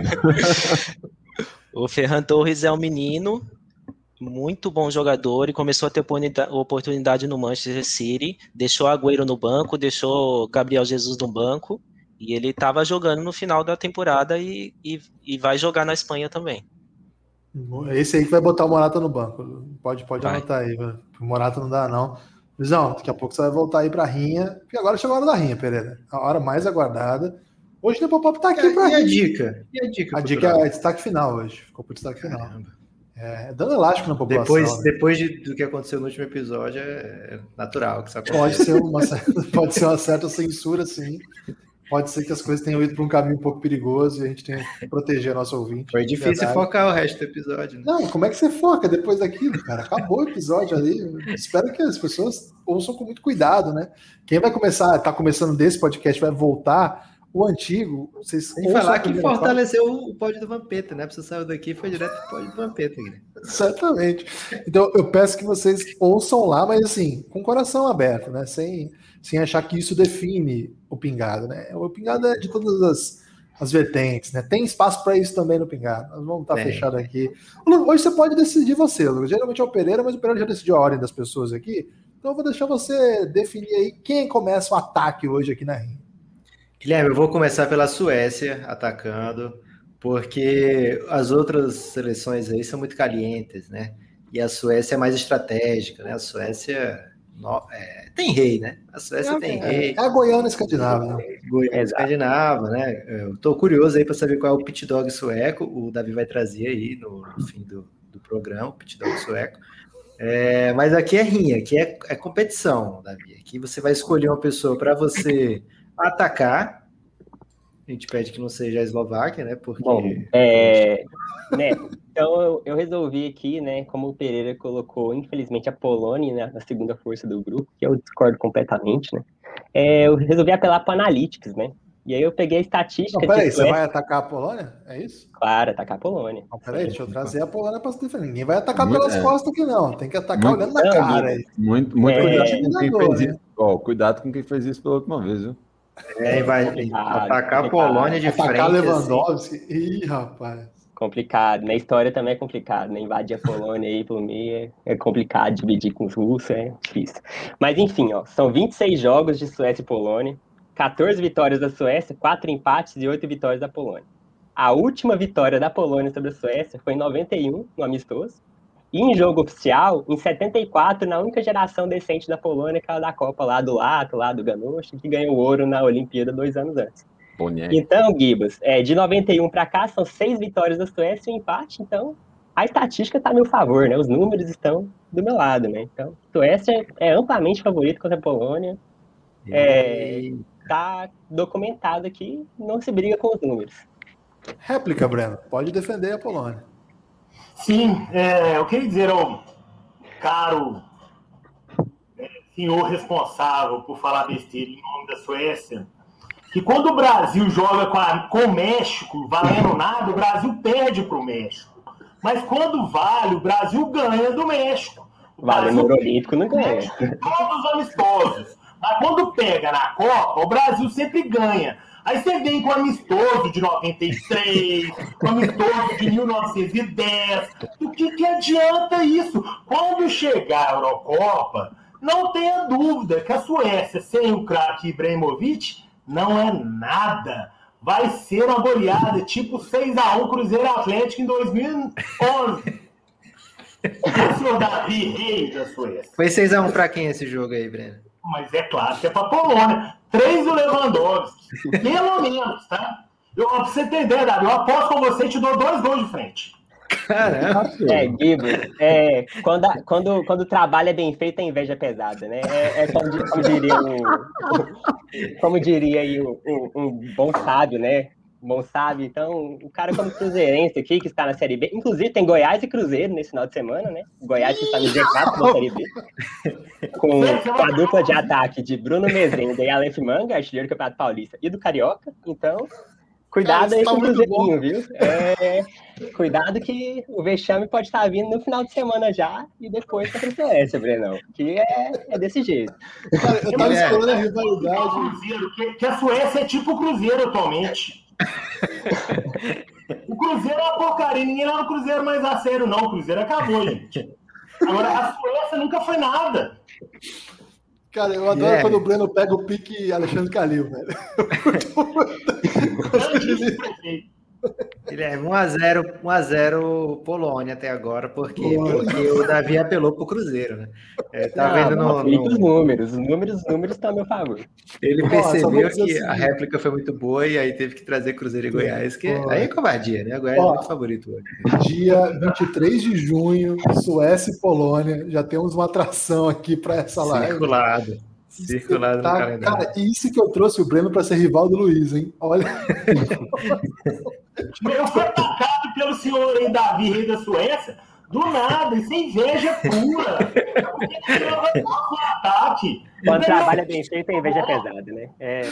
O Ferran Torres é um menino, muito bom jogador, e começou a ter oportunidade no Manchester City, deixou Agüero no banco, deixou Gabriel Jesus no banco, e ele estava jogando no final da temporada e vai jogar na Espanha também. Esse aí que vai botar o Morata no banco. Pode anotar aí, velho. O Morata não dá, não. Luizão, daqui a pouco você vai voltar aí pra rinha, porque agora chegou a hora da rinha, Pereira. A hora mais aguardada. Hoje o Nepopop tá aqui pra rinha. E a dica? A dica é destaque final hoje. Ficou pro destaque final. Dando elástico na população. Depois do que aconteceu no último episódio, é natural que isso aconteça. Pode ser uma certa censura, sim. Pode ser que as coisas tenham ido para um caminho um pouco perigoso e a gente tenha que proteger nosso ouvinte. Foi difícil focar o resto do episódio. Né? Não, como é que você foca depois daquilo, cara? Acabou o episódio ali. Espero que as pessoas ouçam com muito cuidado, né? Quem vai tá começando desse podcast, vai voltar. O antigo, vocês tem que falar que fortaleceu o pódio do Vampeta, né? Você saiu daqui e foi direto pro pódio do Vampeta. Exatamente. Então, eu peço que vocês ouçam lá, mas assim, com o coração aberto, né? Sem achar que isso define o Pingado, né? O Pingado é de todas as vertentes, né? Tem espaço para isso também no Pingado. Nós vamos estar fechados aqui. Hoje você pode decidir você, Lucas. Geralmente é o Pereira, mas o Pereira já decidiu a ordem das pessoas aqui. Então eu vou deixar você definir aí quem começa o ataque hoje aqui na rinha. Guilherme, eu vou começar pela Suécia, atacando, porque as outras seleções aí são muito calientes, né? E a Suécia é mais estratégica, né? A Suécia tem rei, né? A Suécia tem rei. É a Goiânia escandinava, né? Goiânia escandinava, né? Eu tô curioso aí para saber qual é o pit dog sueco. O Davi vai trazer aí no fim do programa, o pit dog sueco. Mas aqui é rinha, aqui é competição, Davi. Aqui você vai escolher uma pessoa para você atacar. A gente pede que não seja a Eslováquia, né? Porque... Bom, né? Então eu resolvi aqui, né? Como o Pereira colocou, infelizmente, a Polônia, né, na segunda força do grupo, que eu discordo completamente, né? Eu resolvi apelar para Analytics, né? E aí eu peguei a estatística... Não, peraí, você vai atacar a Polônia? É isso? Claro, atacar a Polônia. Não, peraí, deixa eu trazer a Polônia para se defender. Ninguém vai atacar pelas costas aqui, não. Tem que atacar olhando na cara. Muito cuidado com quem fez isso. Cuidado com quem fez isso pela última vez, viu? Vai atacar a Polônia de frente. Atacar Lewandowski. Assim. Ih, rapaz. Complicado. Na história também é complicado, né? Invadir a Polônia aí pelo meio é complicado, dividir com os russos é difícil. Mas enfim, são 26 jogos de Suécia e Polônia, 14 vitórias da Suécia, 4 empates e 8 vitórias da Polônia. A última vitória da Polônia sobre a Suécia foi em 91, no amistoso, e em jogo oficial, em 74, na única geração decente da Polônia, que era da Copa lá do Lato, lá do Ganush, que ganhou ouro na Olimpíada 2 anos antes. Então, Gibas, de 91 para cá, são 6 vitórias da Suécia e um empate, então a estatística está a meu favor, né? Os números estão do meu lado, né? Então, a Suécia é amplamente favorita contra a Polônia. Tá documentado aqui, não se briga com os números. Réplica, Breno. Pode defender a Polônia. Sim, eu queria dizer ao caro senhor responsável por falar besteira em nome da Suécia, que quando o Brasil joga com o México valendo nada, o Brasil perde para o México. Mas quando vale, o Brasil ganha do México. Vale no Olímpico, não ganha. Todos os amistosos. Mas quando pega na Copa, o Brasil sempre ganha. Aí você vem com o amistoso de 93, com o amistoso de 1910. O que adianta isso? Quando chegar a Eurocopa, não tenha dúvida que a Suécia, sem o craque Ibrahimovic, não é nada. Vai ser uma goleada, tipo 6-1 Cruzeiro Atlético em 2011. O senhor Davi, rei da Suécia. Foi 6-1 para quem esse jogo aí, Breno? Mas é claro que é para Polônia. 3 do Lewandowski. Pelo menos, tá? Pra você ter ideia, Davi, eu aposto com você e te dou 2 gols de frente. Caramba. Gibbs, quando o trabalho é bem feito, a inveja é pesada, né? Como diria aí um bom sábio, né? Bom sábio. Então, o cara como cruzeirense aqui, que está na Série B, inclusive tem Goiás e Cruzeiro nesse final de semana, né? Goiás que está no G4 da Série B. Com a dupla de ataque de Bruno Mezenga e Aleph Manga, artilheiro do Campeonato Paulista e do Carioca. Então, cuidado aí com o Cruzeirinho, viu? Cuidado que o vexame pode estar vindo no final de semana já e depois contra a Suécia, Brenão. Que é desse jeito. Cara, eu tava esperando a rivalidade. Que a Suécia é tipo o Cruzeiro atualmente. O Cruzeiro é uma porcaria. Ninguém leva o Cruzeiro mais a sério, não. O Cruzeiro acabou, gente. Agora, a Suécia nunca foi nada. Cara, eu adoro quando o Breno pega o pique Alexandre Calil, velho. Guilherme, 1-0 Polônia até agora, porque o Davi apelou pro Cruzeiro, né? Vendo os números estão a meu favor. Ele percebeu que a réplica foi muito boa e aí teve que trazer Cruzeiro e Goiás, que aí é covardia, né? Goiás é muito favorito hoje. Dia 23 de junho, Suécia e Polônia, já temos uma atração aqui para essa live. Circulado no calendário. Cara, isso que eu trouxe o Breno para ser rival do Luiz, hein? Olha. Eu fui atacado pelo senhor aí, Davi, rei da Suécia, do nada, isso é inveja pura. Ataque. Quando trabalha bem feito, a inveja é pesada, né?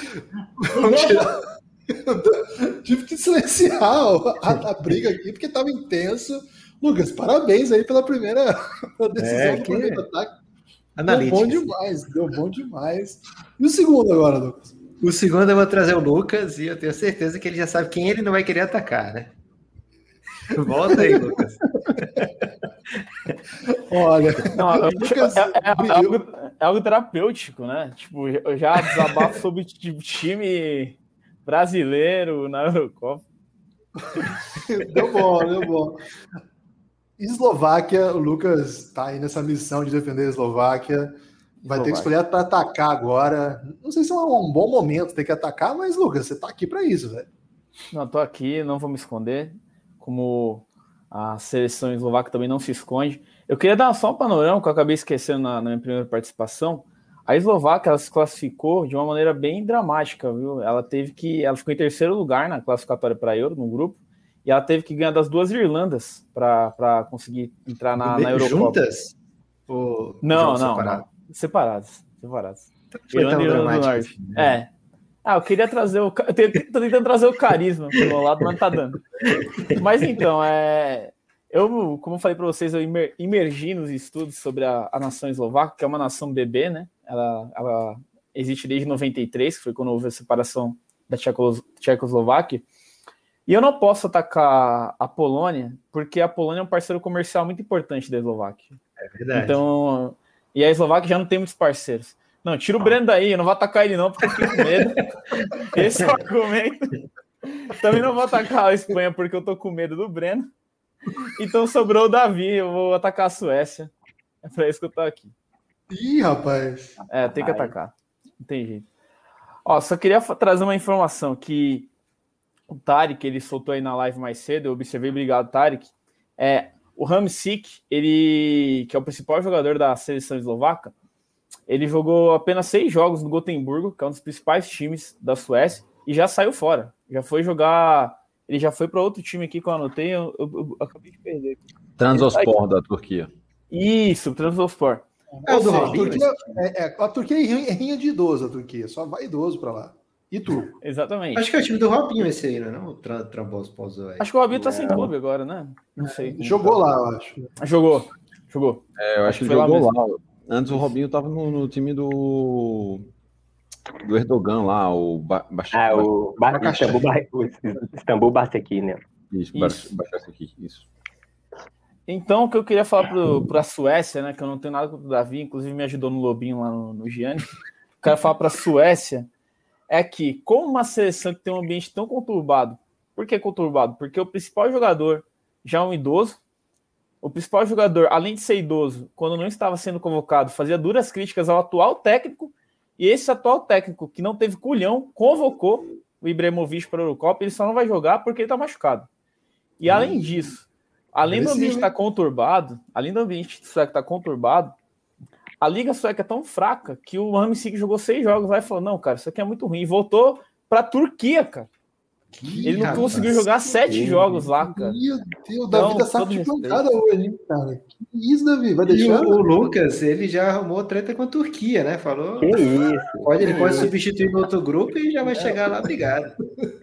Tive que silenciar a briga aqui, porque estava intenso. Lucas, parabéns aí pela primeira decisão do primeiro ataque. Deu bom demais. E o segundo agora, Lucas? O segundo eu vou trazer o Lucas e eu tenho certeza que ele já sabe quem ele não vai querer atacar, né? Volta aí, Lucas. Olha, Lucas é algo terapêutico, né? Tipo, eu já desabafo sobre time brasileiro na Eurocopa. Deu bom. Eslováquia, o Lucas tá aí nessa missão de defender a Eslováquia. Vai ter que escolher para atacar agora. Não sei se é um bom momento ter que atacar, mas, Lucas, você tá aqui para isso, velho. Não, tô aqui, não vou me esconder. Como a seleção eslovaca também não se esconde. Eu queria dar só um panorama que eu acabei esquecendo na minha primeira participação. A Eslováquia, ela se classificou de uma maneira bem dramática, viu? Ela ficou em terceiro lugar na classificatória para a Euro, no grupo, e ela teve que ganhar das duas Irlandas para conseguir entrar na Eurocopa. Juntas? Não. Separadas. Irlanda e Irlanda do Norte. Né? Eu queria trazer tô tentando trazer o carisma pro meu lado, mas não tá dando. Mas então, eu, como eu falei para vocês, eu imergi nos estudos sobre a nação eslovaca, que é uma nação bebê, né? Ela existe desde 93, que foi quando houve a separação da Tchecoslováquia. E eu não posso atacar a Polônia, porque a Polônia é um parceiro comercial muito importante da Eslováquia. É verdade. Então, e a Eslováquia já não tem muitos parceiros. Não, tira o Breno daí, eu não vou atacar ele não, porque eu fiquei com medo. Esse é o argumento. Também não vou atacar a Espanha, porque eu tô com medo do Breno. Então sobrou o Davi, eu vou atacar a Suécia. É pra isso que eu tô aqui. Ih, rapaz. Tem que atacar. Não tem jeito. Só queria trazer uma informação que o Tarek, ele soltou aí na live mais cedo, eu observei, obrigado, Tarek. O Hamsik, ele, que é o principal jogador da seleção eslovaca, ele jogou apenas 6 jogos no Gotemburgo, que é um dos principais times da Suécia, e já saiu fora. Já foi jogar... Ele já foi para outro time aqui que eu anotei, eu acabei de perder. Transospor da Turquia. Isso, Transospor. A Turquia é rinha de idoso, a Turquia. Só vai idoso para lá. E tu? Exatamente. Acho que é o time do Robinho esse aí, não é? O Transospor. Acho que o Robinho tá sem clube agora, né? Não sei. Jogou lá, eu acho. Jogou. Eu acho que ele jogou lá. Antes o Robinho tava no time do Erdogan lá, o Istambul Başakşehir, né? Isso, Başakşehir, isso. Então, o que eu queria falar para a Suécia, né, que eu não tenho nada contra o Davi, inclusive me ajudou no Lobinho lá no Gianni, quero falar para a Suécia, é que, como uma seleção que tem um ambiente tão conturbado, por que conturbado? Porque o principal jogador já é um idoso, o principal jogador, além de ser idoso, quando não estava sendo convocado, fazia duras críticas ao atual técnico, e esse atual técnico, que não teve culhão, convocou o Ibrahimovic para a Eurocopa, ele só não vai jogar porque ele está machucado. E além disso, além do ambiente estar conturbado, a Liga Sueca é tão fraca que o Hamsik jogou 6 jogos lá e falou, não, cara, isso aqui é muito ruim. E voltou para a Turquia, cara. Ele não conseguiu jogar 7 jogos lá, cara. Meu Deus, o Davi tá saco de pancada hoje, hein, cara. Que isso, Davi? Vai deixar? O Lucas, ele já arrumou treta com a Turquia, né? Falou. Que isso? Ele pode substituir no outro grupo e já vai chegar lá, obrigado.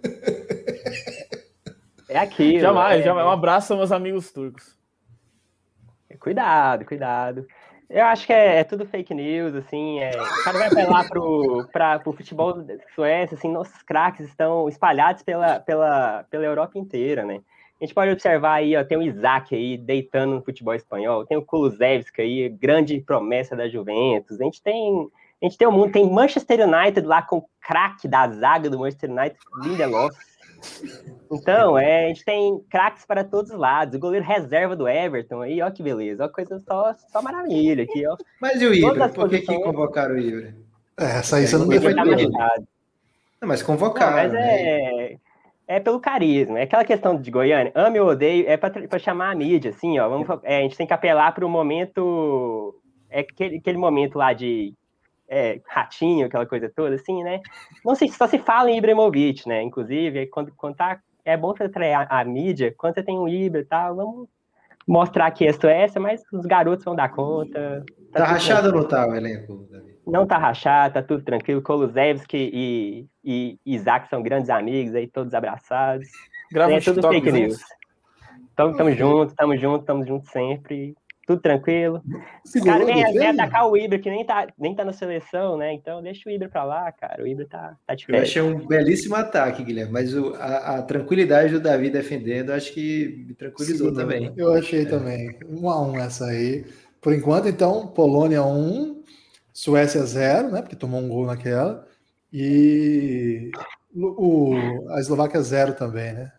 É aquilo. Jamais. Um abraço aos meus amigos turcos. Cuidado. Eu acho que é tudo fake news, assim, o cara vai apelar pro futebol da Suécia, assim, nossos craques estão espalhados pela Europa inteira, né? A gente pode observar aí, ó, tem o Isaac aí deitando no futebol espanhol, tem o Kulusevski aí, grande promessa da Juventus, a gente tem o mundo, tem Manchester United lá com o craque da zaga do Manchester United, Lindelof. Então, a gente tem craques para todos os lados. O goleiro reserva do Everton aí, ó que beleza, ó coisa só maravilha aqui, ó. Mas e o Ibra? Por que convocaram o Ibra? Essa aí você não defendeu. Não, mas convocaram. Mas é pelo carisma. É aquela questão de Goiânia, ame ou odeio, é para chamar a mídia, assim, ó. A gente tem que apelar para o momento, aquele momento lá de ratinho, aquela coisa toda, assim, né? Não sei, só se fala em Ibrahimovic, né? Inclusive, quando tá, é bom você trazer a mídia, quando você tem um Ibra e tal, vamos mostrar aqui a Suécia, mas os garotos vão dar conta. Tá rachado ou não tá o elenco, Davi? Não tá rachado, tá tudo tranquilo. Kulusevski e Isaac são grandes amigos, aí todos abraçados. Grava tudo fake news. Então, tamo junto sempre. Tudo tranquilo. Cara, vem atacar o Ibra, que nem tá na seleção, né? Então deixa o Ibra pra lá, cara. O Ibra tá de férias. Eu achei um belíssimo ataque, Guilherme, mas a tranquilidade do Davi defendendo, acho que me tranquilizou também. Eu achei também. 1-1 essa aí. Por enquanto, então, Polônia 1, Suécia 0, né? Porque tomou um gol naquela. E a Eslováquia 0 também, né?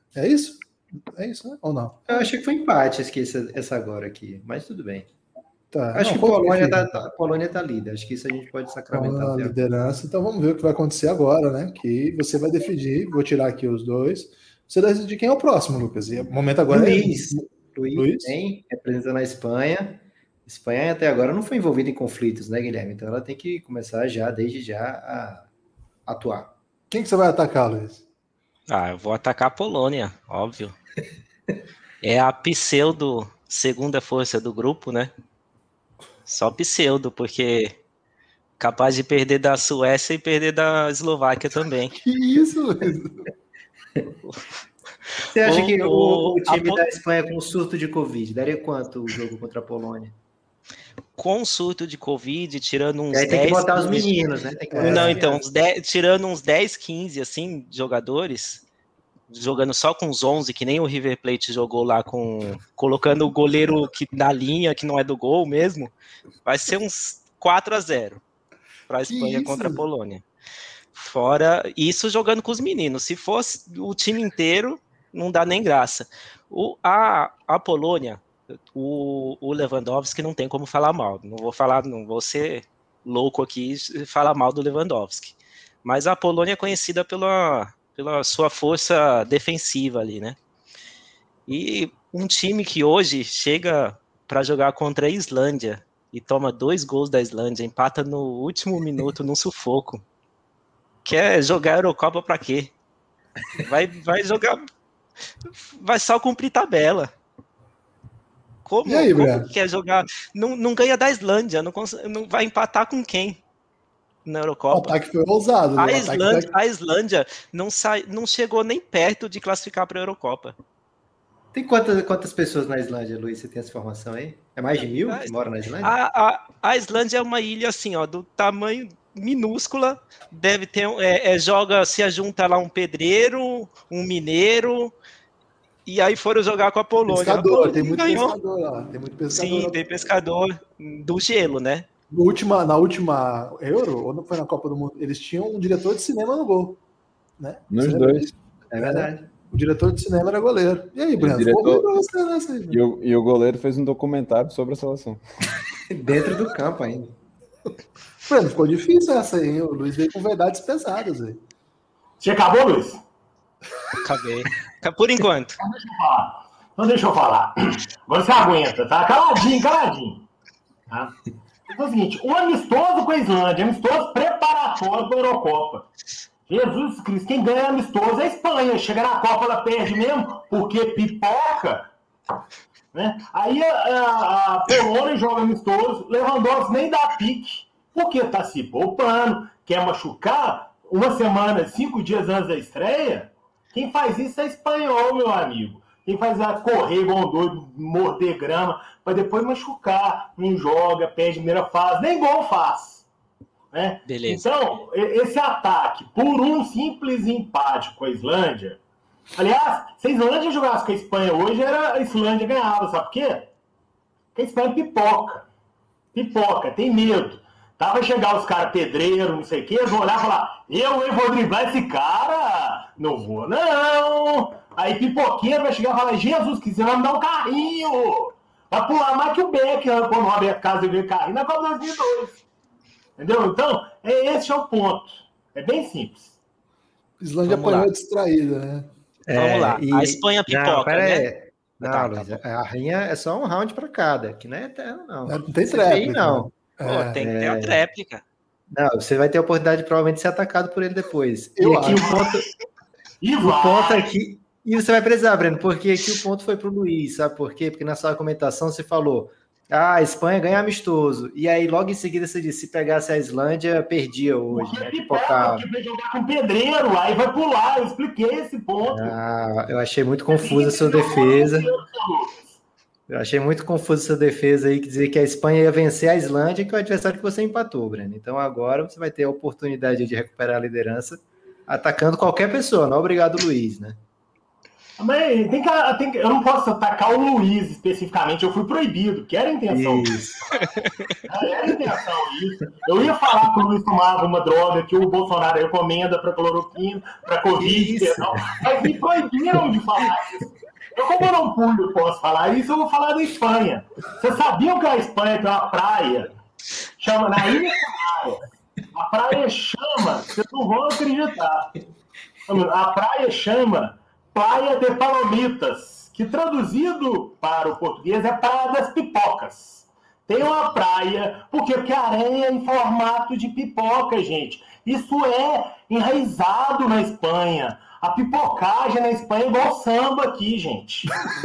É isso? É isso, né? Ou não? Eu achei que foi empate, esqueci essa agora aqui, mas tudo bem. Tá. Acho que a Polônia tá líder. Acho que isso a gente pode sacramentar. A liderança. Então vamos ver o que vai acontecer agora, né? Que você vai decidir. Vou tirar aqui os dois. Você vai decidir quem é o próximo, Lucas. E o momento agora Luiz tem, representando a Espanha. Espanha até agora não foi envolvida em conflitos, né, Guilherme? Então ela tem que começar desde já, a atuar. Quem que você vai atacar, Luiz? Eu vou atacar a Polônia, óbvio. É a pseudo segunda força do grupo, né? Só pseudo, porque capaz de perder da Suécia e perder da Eslováquia também. Que isso, Luiz? Você acha que o time da Espanha com surto de Covid daria quanto o jogo contra a Polônia? Com surto de Covid, tirando uns 10... Tem que botar os meninos, né? Então, tirando uns 10, 15, assim, jogadores, jogando só com os 11, que nem o River Plate jogou lá, colocando o goleiro na linha, que não é do gol mesmo, vai ser uns 4-0 para a Espanha contra a Polônia. Fora isso, jogando com os meninos. Se fosse o time inteiro, não dá nem graça. A Polônia, o Lewandowski não tem como falar mal. Não vou ser louco aqui e falar mal do Lewandowski. Mas a Polônia é conhecida pela sua força defensiva ali, né? E um time que hoje chega para jogar contra a Islândia e toma 2 gols da Islândia, empata no último minuto, num sufoco. Quer jogar a Eurocopa para quê? Vai jogar... Vai só cumprir tabela. Como quer jogar? Não ganha da Islândia, não vai empatar com quem na Eurocopa? O ataque foi ousado. A Islândia não chegou nem perto de classificar para a Eurocopa. Tem quantas pessoas na Islândia, Luiz? Você tem essa informação aí? É mais de 1000 que moram na Islândia? A Islândia é uma ilha assim, do tamanho minúscula, deve ter se junta lá um pedreiro, um mineiro, e aí foram jogar com a Polônia. Tem muito pescador lá. Tem muito pescador. Sim, tem pescador do gelo, né? Na última Euro, ou não foi na Copa do Mundo, eles tinham um diretor de cinema no gol, né? Nos dois. É verdade. O diretor de cinema era goleiro. E aí, Breno? E o goleiro fez um documentário sobre a seleção. Dentro do campo ainda. Breno, ficou difícil essa aí, hein? O Luiz veio com verdades pesadas aí. Você acabou, Luiz? Acabei. Por enquanto. Então deixa eu falar. Agora você aguenta, tá? Caladinho. Tá? É o seguinte, um amistoso com a Islândia, amistoso preparatório para a Eurocopa. Jesus Cristo, quem ganha amistoso é a Espanha. Chega na Copa, ela perde mesmo, porque pipoca. Né? Aí a Polônia joga amistoso, Lewandowski nem dá pique, porque tá se poupando, quer machucar, 1 semana, 5 dias antes da estreia. Quem faz isso é espanhol, meu amigo. Quem faz é correr igual um doido, morder grama, para depois machucar, não joga, perde primeira fase, nem gol faz. Né? Beleza. Então, esse ataque, por um simples empate com a Islândia, aliás, se a Islândia jogasse com a Espanha hoje, a Islândia ganhava, sabe por quê? Porque a Espanha pipoca, tem medo. Tá, vai chegar os caras pedreiro, não sei o quê, eles vão olhar e falar, eu vou driblar esse cara? Não vou, não. Aí pipoqueiro vai chegar e falar, Jesus, que você vai me dar um carrinho. Vai pular mais que o Becker quando o Roberto Carlos ganhou carrinho na Copa 2002. Entendeu? Então, esse é o ponto. É bem simples. Islândia apanhou distraída, né? Vamos lá. A Espanha pipoca, né? Não, Luiz, a rinha é só um round para cada, que não é eterno, não. Não tem tréplica. Não. Tem que ter a tréplica. Não, você vai ter a oportunidade de provavelmente ser atacado por ele depois. Eu e aqui acho. o ponto aqui... E você vai precisar, Breno, porque aqui o ponto foi para o Luiz, sabe por quê? Porque na sua argumentação você falou, a Espanha ganha amistoso. E aí logo em seguida você disse, se pegasse a Islândia, perdia hoje. Né? Porque vai jogar com pedreiro, aí vai pular, eu expliquei esse ponto. Eu achei muito confusa a sua defesa. Eu achei muito confuso essa defesa aí, que dizer que a Espanha ia vencer a Islândia, que é o adversário que você empatou, Breno. Então agora você vai ter a oportunidade de recuperar a liderança atacando qualquer pessoa, não obrigado, Luiz, né? Mas eu não posso atacar o Luiz especificamente, eu fui proibido, que era a intenção. Isso. Era a intenção isso. Eu ia falar que o Luiz tomava uma droga que o Bolsonaro recomenda para cloroquina, para Covid, perdão, mas me proibiram de falar isso. Como eu não posso falar isso, eu vou falar da Espanha. Vocês sabiam que a Espanha tem uma praia, chama na Ilha Canária. A praia chama, vocês não vão acreditar. A praia chama Praia de Palomitas, que traduzido para o português é Praia das Pipocas. Tem uma praia, porque a areia é em formato de pipoca, gente. Isso é enraizado na Espanha. A pipocagem na Espanha é igual samba aqui, gente.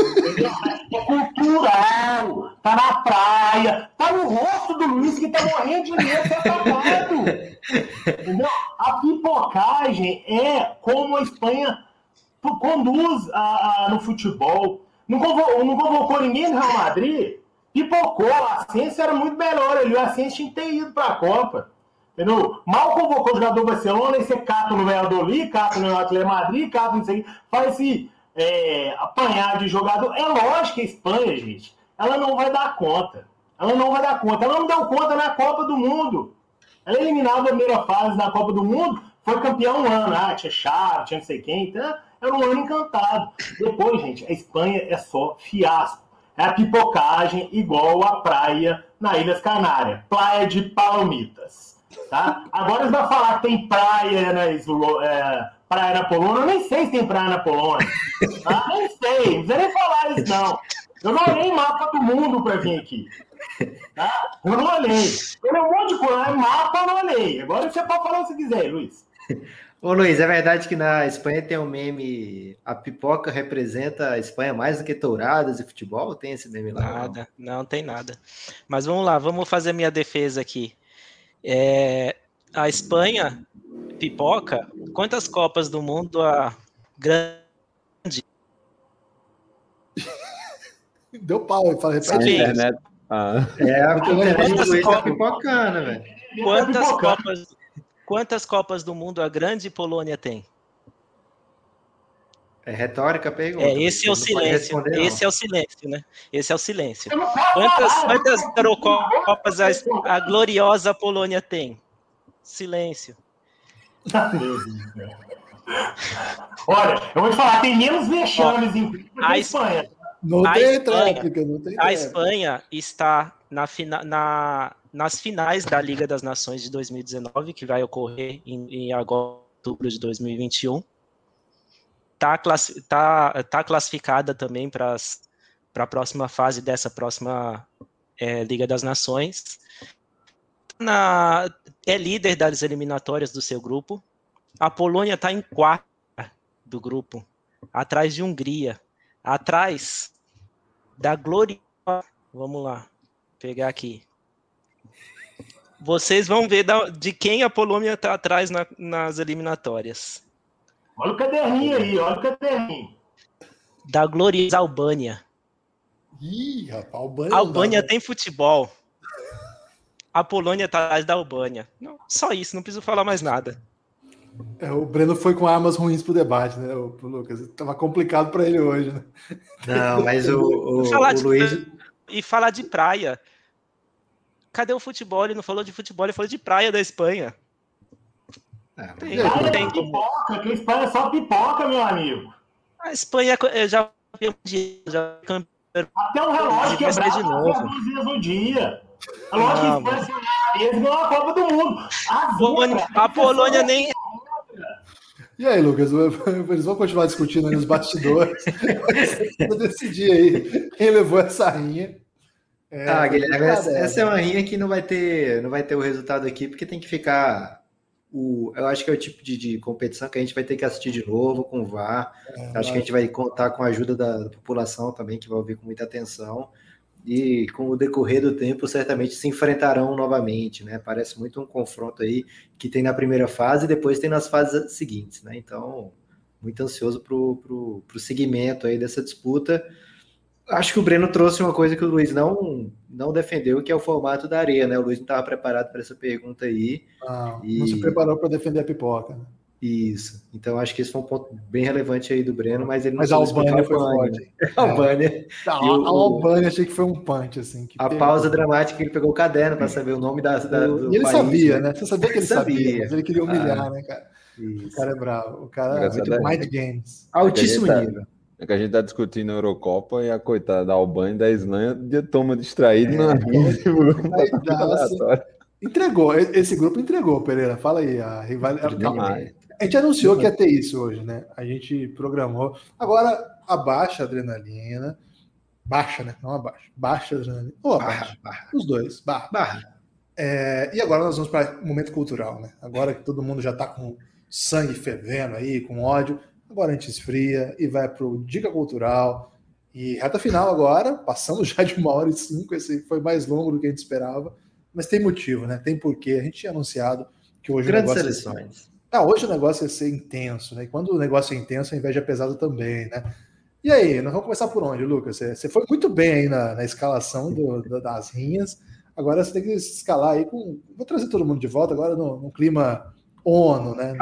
É cultural. Tá na praia. Tá no rosto do Luiz que tá morrendo de medo, tá tapado. Entendeu? A pipocagem é como a Espanha conduz no futebol. Não convocou ninguém do Real Madrid. Pipocou. A Asensio era muito melhor ali. O Asensio tinha que ter ido pra Copa. Entendeu? Mal convocou o jogador do Barcelona, aí você cata no Valladolid, cata no Atlético Madrid, cata não sei, faz esse apanhar de jogador. É lógico que a Espanha, gente, ela não vai dar conta. Ela não deu conta na Copa do Mundo. Ela é eliminada na primeira fase na Copa do Mundo, foi campeão um ano. Tinha Xavi, tinha não sei quem, então era um ano encantado. Depois, gente, a Espanha é só fiasco. É a pipocagem igual a praia na Ilhas Canárias. Praia de Palomitas. Tá? Agora eles vão falar que tem praia na Polônia. Eu nem sei se tem praia na Polônia. Tá? Nem sei, não precisa nem falar isso, não. Eu não olhei mapa do mundo para vir aqui. Tá? Eu não olhei. Tem um monte de coisa, mapa eu não olhei. Agora você pode falar o que você quiser, Luiz. Ô Luiz, é verdade que na Espanha tem um meme, a pipoca representa a Espanha mais do que touradas e futebol? Tem esse meme lá? Nada, não tem nada. Mas vamos lá, vamos fazer minha defesa aqui. A Espanha, pipoca, quantas Copas do Mundo a grande? Deu pau, eu falei, a internet. A internet do Luiz tá pipocando, velho. Quantas Copas do Mundo a grande Polônia tem? É retórica a pergunta. Esse é o silêncio. Esse é o silêncio, né? Esse é o silêncio. Quantas Eurocopas a gloriosa Polônia tem? Silêncio. Olha, eu vou te falar, tem menos vexames em Espanha. Não tem tréplica, não tem. A Espanha está nas finais da Liga das Nações de 2019, que vai ocorrer em outubro de 2021. Tá classificada também para a próxima fase dessa próxima Liga das Nações. É líder das eliminatórias do seu grupo. A Polônia está em quarto do grupo, atrás de Hungria, atrás da gloriosa. Vamos lá, pegar aqui. Vocês vão ver de quem a Polônia está atrás nas eliminatórias. Olha o caderninho aí, olha o caderninho. Da gloriosa Albânia. Ih, rapaz, Albânia tem futebol. A Polônia está atrás da Albânia. Não, só isso, não preciso falar mais nada. O Breno foi com armas ruins pro debate, né, o Lucas? Tava complicado para ele hoje, né? Não, mas o Luiz... E falar de praia. Cadê o futebol? Ele não falou de futebol, ele falou de praia da Espanha. Tem pipoca, que a Espanha é só pipoca, meu amigo. A Espanha já até um relógio quebrado de novo. 2 vezes no dia. A lógica que a Espanha eles ganham a Copa do Mundo. A Polônia nem... E aí, Lucas, eles vão continuar discutindo aí nos bastidores. Vou decidir aí quem levou essa rinha. Guilherme, essa é uma rinha que não vai ter o resultado aqui, porque tem que ficar... eu acho que é o tipo de competição que a gente vai ter que assistir de novo com o VAR. Acho que a gente vai contar com a ajuda da população também, que vai ouvir com muita atenção. E com o decorrer do tempo, certamente se enfrentarão novamente, né? Parece muito um confronto aí que tem na primeira fase e depois tem nas fases seguintes, né? Então, muito ansioso pro seguimento aí dessa disputa. Acho que o Breno trouxe uma coisa que o Luiz não defendeu, que é o formato da areia, né? O Luiz não estava preparado para essa pergunta aí. Não se preparou para defender a pipoca. Isso. Então, acho que esse foi um ponto bem relevante aí do Breno, mas ele não a Albânia foi forte. A Albânia. A Albânia achei que foi um punch, assim. A pausa dramática, ele pegou o caderno para saber o nome do e ele país, sabia, né? Você sabia que ele sabia, mas ele queria humilhar, né, cara? Isso. O cara é bravo. O cara é muito mind games. Altíssimo nível. É que a gente tá discutindo a Eurocopa e a coitada da Albânia e da Islândia toma distraído na Entregou, esse grupo entregou, Pereira. Fala aí, a rivalidade. A gente anunciou que ia ter isso hoje, né? A gente programou. Agora, abaixa a adrenalina. Baixa, né? Não abaixa. Baixa a adrenalina. Ou abaixa. Barra. Os dois. Barra. E agora nós vamos para o momento cultural, né? Agora que todo mundo já tá com sangue fervendo aí, com ódio. Agora a gente esfria e vai para o Dica Cultural. E reta final agora, passamos já de 1h05, esse foi mais longo do que a gente esperava, mas tem motivo, né? Tem porquê. A gente tinha anunciado que hoje grandes seleções. Hoje o negócio ia ser intenso, né? E quando o negócio é intenso, a inveja é pesada também, né? E aí, nós vamos começar por onde, Lucas? Você foi muito bem aí na escalação das rinhas. Agora você tem que escalar aí com... Vou trazer todo mundo de volta agora no clima ONU, né?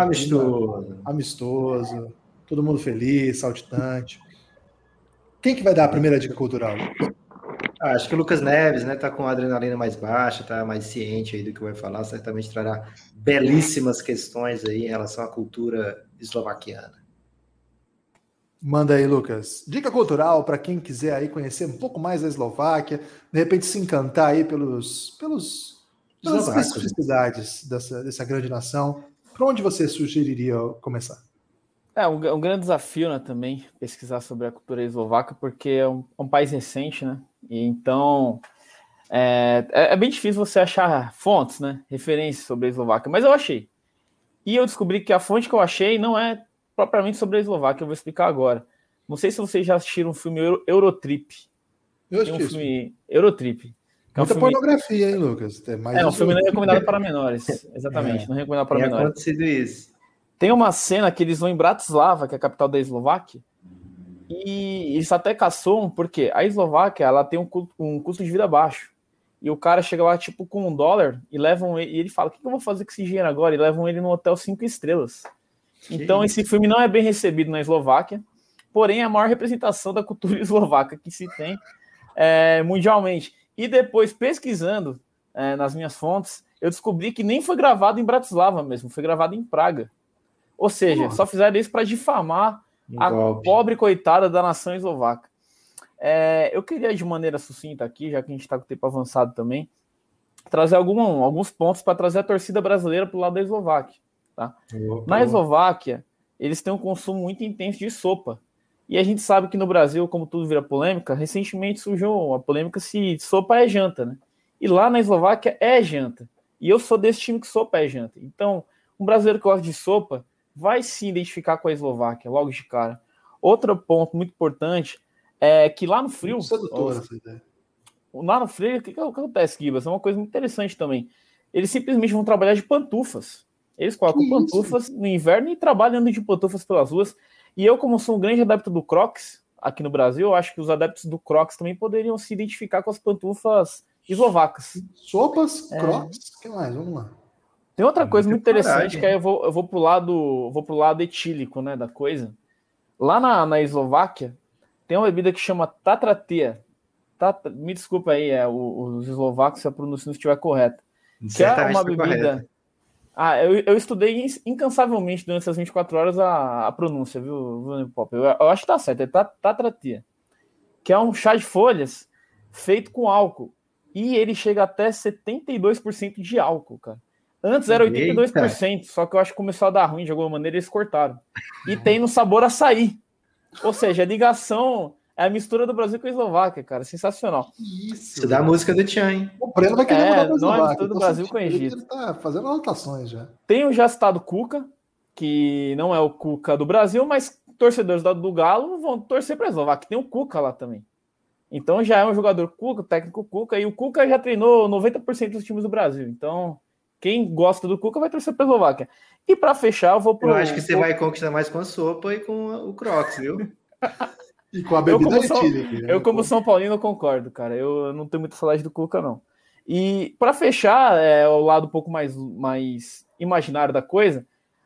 Amistoso. Todo mundo feliz, saltitante. Quem que vai dar a primeira dica cultural? Acho que o Lucas Neves, né, tá com a adrenalina mais baixa, tá mais ciente aí do que vai falar, certamente trará belíssimas questões aí em relação à cultura eslovaquiana. Manda aí, Lucas. Dica cultural para quem quiser aí conhecer um pouco mais da Eslováquia, de repente se encantar aí pelas especificidades dessa grande nação. Para onde você sugeriria começar? Um grande desafio, né, também, pesquisar sobre a cultura eslovaca, porque é um país recente, né, e então é bem difícil você achar fontes, né, referências sobre a Eslováquia, mas eu achei. E eu descobri que a fonte que eu achei não é propriamente sobre a Eslováquia, eu vou explicar agora. Não sei se vocês já assistiram o filme Eurotrip. Eu assisti. Filme Eurotrip. Muita pornografia, hein, Lucas? Um filme não é recomendado para menores, exatamente, não é recomendado para menores. Acontecido isso. Tem uma cena que eles vão em Bratislava, que é a capital da Eslováquia, e eles até caçam, porque a Eslováquia ela tem um custo de vida baixo. E o cara chega lá tipo com $1 e ele fala: o que eu vou fazer com esse dinheiro agora? E levam ele num hotel 5 estrelas. Então esse filme não é bem recebido na Eslováquia, porém é a maior representação da cultura eslovaca que se tem mundialmente. E depois, pesquisando nas minhas fontes, eu descobri que nem foi gravado em Bratislava mesmo, foi gravado em Praga. Ou seja, só fizeram isso para difamar a pobre coitada da nação eslovaca. Eu queria, de maneira sucinta aqui, já que a gente está com o tempo avançado também, trazer alguns pontos para trazer a torcida brasileira para o lado da Eslováquia. Tá? Na Eslováquia, eles têm um consumo muito intenso de sopa. E a gente sabe que no Brasil, como tudo vira polêmica, recentemente surgiu a polêmica se sopa é janta, né? E lá na Eslováquia é janta. E eu sou desse time que sopa é janta. Então, um brasileiro que gosta de sopa vai se identificar com a Eslováquia, logo de cara. Outro ponto muito importante é que lá no frio... Lá no frio, o que acontece, Gibas? É uma coisa muito interessante também. Eles simplesmente vão trabalhar de pantufas. Eles colocam pantufas no inverno e trabalham andando de pantufas pelas ruas. E eu, como sou um grande adepto do Crocs, aqui no Brasil, eu acho que os adeptos do Crocs também poderiam se identificar com as pantufas eslovacas. Sopas, Crocs, o que mais? Vamos lá. Tem outra coisa muito interessante, que aí eu vou pro lado etílico, né, da coisa. Lá na Eslováquia, tem uma bebida que chama Tatratea. Me desculpa aí, os eslovacos, se a pronúncia não estiver correta. Que é uma bebida... Eu estudei incansavelmente durante essas 24 horas a pronúncia, viu, Pop? Eu acho que tá certo, é Tatratea. Que é um chá de folhas feito com álcool. E ele chega até 72% de álcool, cara. Antes era 82%, Eita. Só que eu acho que começou a dar ruim de alguma maneira, eles cortaram. E tem no sabor açaí. Ou seja, a ligação é a mistura do Brasil com a Eslováquia, cara. Sensacional. Isso dá a música do Tchan, hein? O Breno vai querer mudar pra Eslováquia. Não é mistura do Brasil com o Egito. Ele tá fazendo anotações já. Tem o já citado Cuca, que não é o Cuca do Brasil, mas torcedores do Galo vão torcer pra Eslováquia. Tem o Cuca lá também. Então já é um jogador Cuca, técnico Cuca, e o Cuca já treinou 90% dos times do Brasil. Então... quem gosta do Cuca vai torcer para a Eslováquia. E para fechar, eu vou pro... Eu acho que você vai conquistar mais com a sopa e com o Crocs, viu? E com a bebida etílica. Eu, como São Paulino, concordo, cara. Eu não tenho muita saudade do Cuca, não. E para fechar, o lado um pouco mais imaginário da coisa,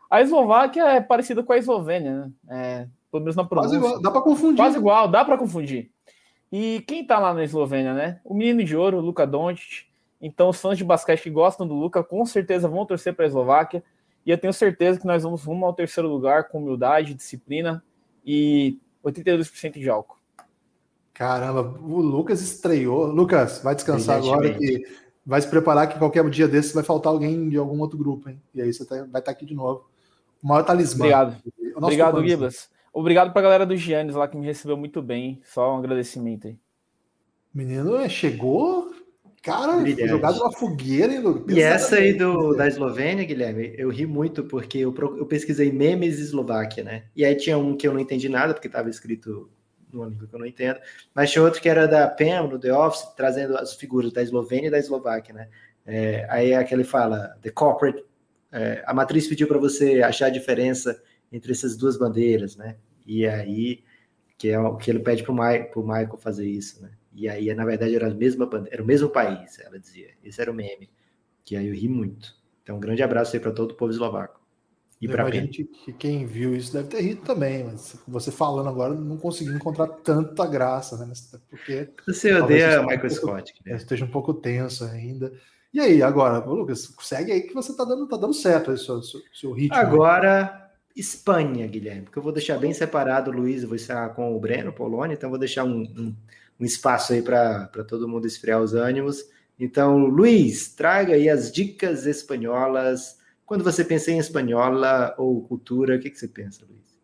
A Eslováquia é parecida com a Eslovênia, né? Pelo menos na pronúncia. Quase igual, dá para confundir. Quase igual, dá para confundir. E quem tá lá na Eslovênia, né? O menino de ouro, o Luka Doncic. Então, os fãs de basquete que gostam do Luka, com certeza vão torcer para a Eslováquia. E eu tenho certeza que nós vamos rumo ao terceiro lugar com humildade, disciplina e 82% de álcool. Caramba, o Lucas estreou. Lucas, vai descansar agora, que vai se preparar que qualquer dia desse vai faltar alguém de algum outro grupo, hein? E aí você vai estar aqui de novo. O maior talismã. Obrigado, Gibas. Obrigado pra galera do Giannis lá que me recebeu muito bem. Só um agradecimento aí. Menino, chegou... Cara, foi jogado uma fogueira, hein, Lucas? E essa aí da Eslovênia, Guilherme, eu ri muito porque eu pesquisei memes Eslováquia, né? E aí tinha um que eu não entendi nada, porque estava escrito numa língua que eu não entendo, mas tinha outro que era da Pam, no The Office, trazendo as figuras da Eslovênia e da Eslováquia, né? Aí aquele fala, the corporate, a matriz pediu para você achar a diferença entre essas duas bandeiras, né? E aí, que é o que ele pede pro Michael fazer isso, né? E aí, na verdade, era o mesmo país, ela dizia. Esse era o meme. Que aí eu ri muito. Então, um grande abraço aí para todo o povo eslovaco. E para mim. Que quem viu isso deve ter rido também, mas você falando agora, não consegui encontrar tanta graça, né? Porque você odeia o Michael Scott. Esteja um pouco tenso ainda. E aí, agora, Lucas, segue aí que você tá dando certo aí, seu ritmo. Agora, Espanha, Guilherme, porque eu vou deixar bem separado o Luiz, eu vou estar com o Breno, Polônia, então eu vou deixar um espaço aí para todo mundo esfriar os ânimos. Então, Luiz, traga aí as dicas espanholas. Quando você pensa em espanhola ou cultura, o que você pensa, Luiz?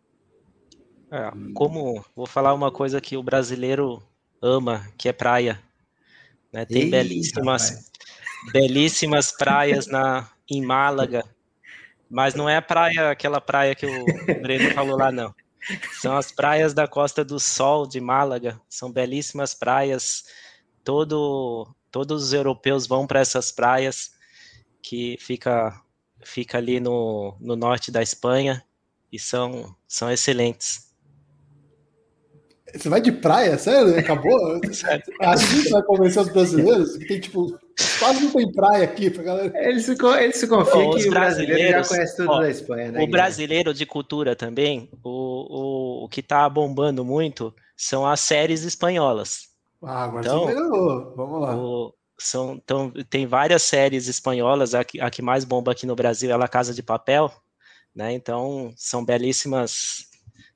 Vou falar uma coisa que o brasileiro ama, que é praia. Né? Tem belíssimas praias em Málaga, mas não é aquela praia que o Breno falou lá, não. São as praias da Costa do Sol de Málaga, são belíssimas praias, todos os europeus vão para essas praias, que fica ali no norte da Espanha, e são excelentes. Você vai de praia? Sério? Acabou? Assim você vai convencer os brasileiros? Que tem, quase não tem praia aqui pra galera. Eles se confiam que o brasileiro já conhece tudo da Espanha, né? O brasileiro de cultura também, o que tá bombando muito são as séries espanholas. Agora você melhorou. Vamos lá. Então, tem várias séries espanholas, a que mais bomba aqui no Brasil é La Casa de Papel, né? Então, são belíssimos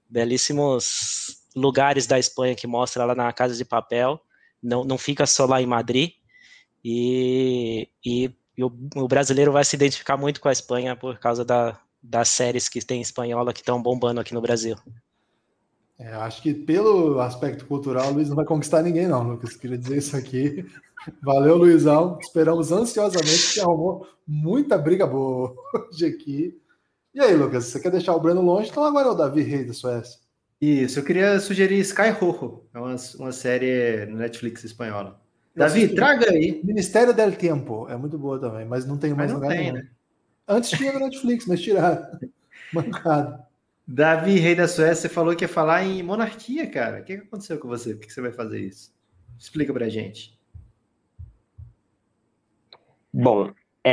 lugares da Espanha que mostra lá na Casa de Papel, não fica só lá em Madrid, e o brasileiro vai se identificar muito com a Espanha por causa das séries que tem espanhola que estão bombando aqui no Brasil. Acho que pelo aspecto cultural, o Luiz não vai conquistar ninguém não, Lucas, queria dizer isso aqui. Valeu, Luizão, esperamos ansiosamente, que arrumou muita briga boa hoje aqui. E aí, Lucas, você quer deixar o Breno longe? Então agora é o Davi Rei da Suécia. Isso, eu queria sugerir Sky Rojo, é uma série no Netflix espanhola. Davi, traga aí. Ministério del Tempo, é muito boa também, mas não tem mais lugar nenhum. Né? Antes tinha no Netflix, mas tiraram. Mancado. Davi, Rei da Suécia, falou que ia falar em monarquia, cara. O que aconteceu com você? Por que você vai fazer isso? Explica pra gente. Bom,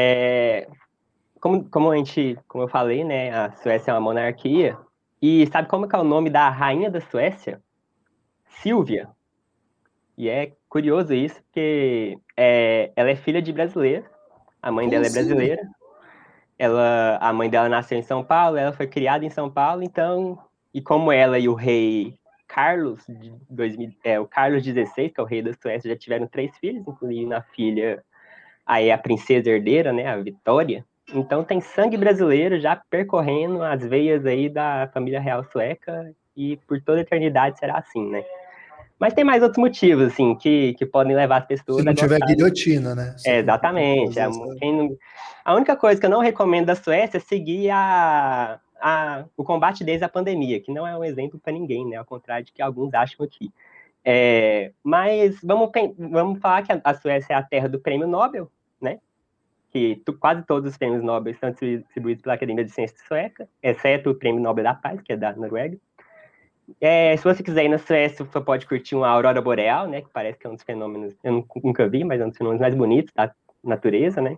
como eu falei, né, a Suécia é uma monarquia. E sabe como que é o nome da rainha da Suécia? Silvia. E é curioso isso, porque ela é filha de brasileiro. A mãe dela é brasileira. A mãe dela nasceu em São Paulo, ela foi criada em São Paulo, então... E como ela e o rei Carlos, o Carlos XVI, que é o rei da Suécia, já tiveram 3 filhos, incluindo a filha, aí a princesa herdeira, né, a Vitória. Então tem sangue brasileiro já percorrendo as veias aí da família real sueca, e por toda a eternidade será assim, né? Mas tem mais outros motivos, assim, que podem levar as pessoas... Se não tiver guilhotina, né? Exatamente. A única coisa que eu não recomendo da Suécia é seguir o combate deles à pandemia, que não é um exemplo para ninguém, né? Ao contrário de que alguns acham aqui. Mas vamos falar que a Suécia é a terra do prêmio Nobel, né? Que quase todos os prêmios Nobel são distribuídos pela Academia de Ciências Sueca, exceto o prêmio Nobel da Paz, que é da Noruega. Se você quiser ir na Suécia, você pode curtir uma aurora boreal, né? Que parece que é um dos fenômenos, eu nunca vi, mas é um dos fenômenos mais bonitos da natureza, né?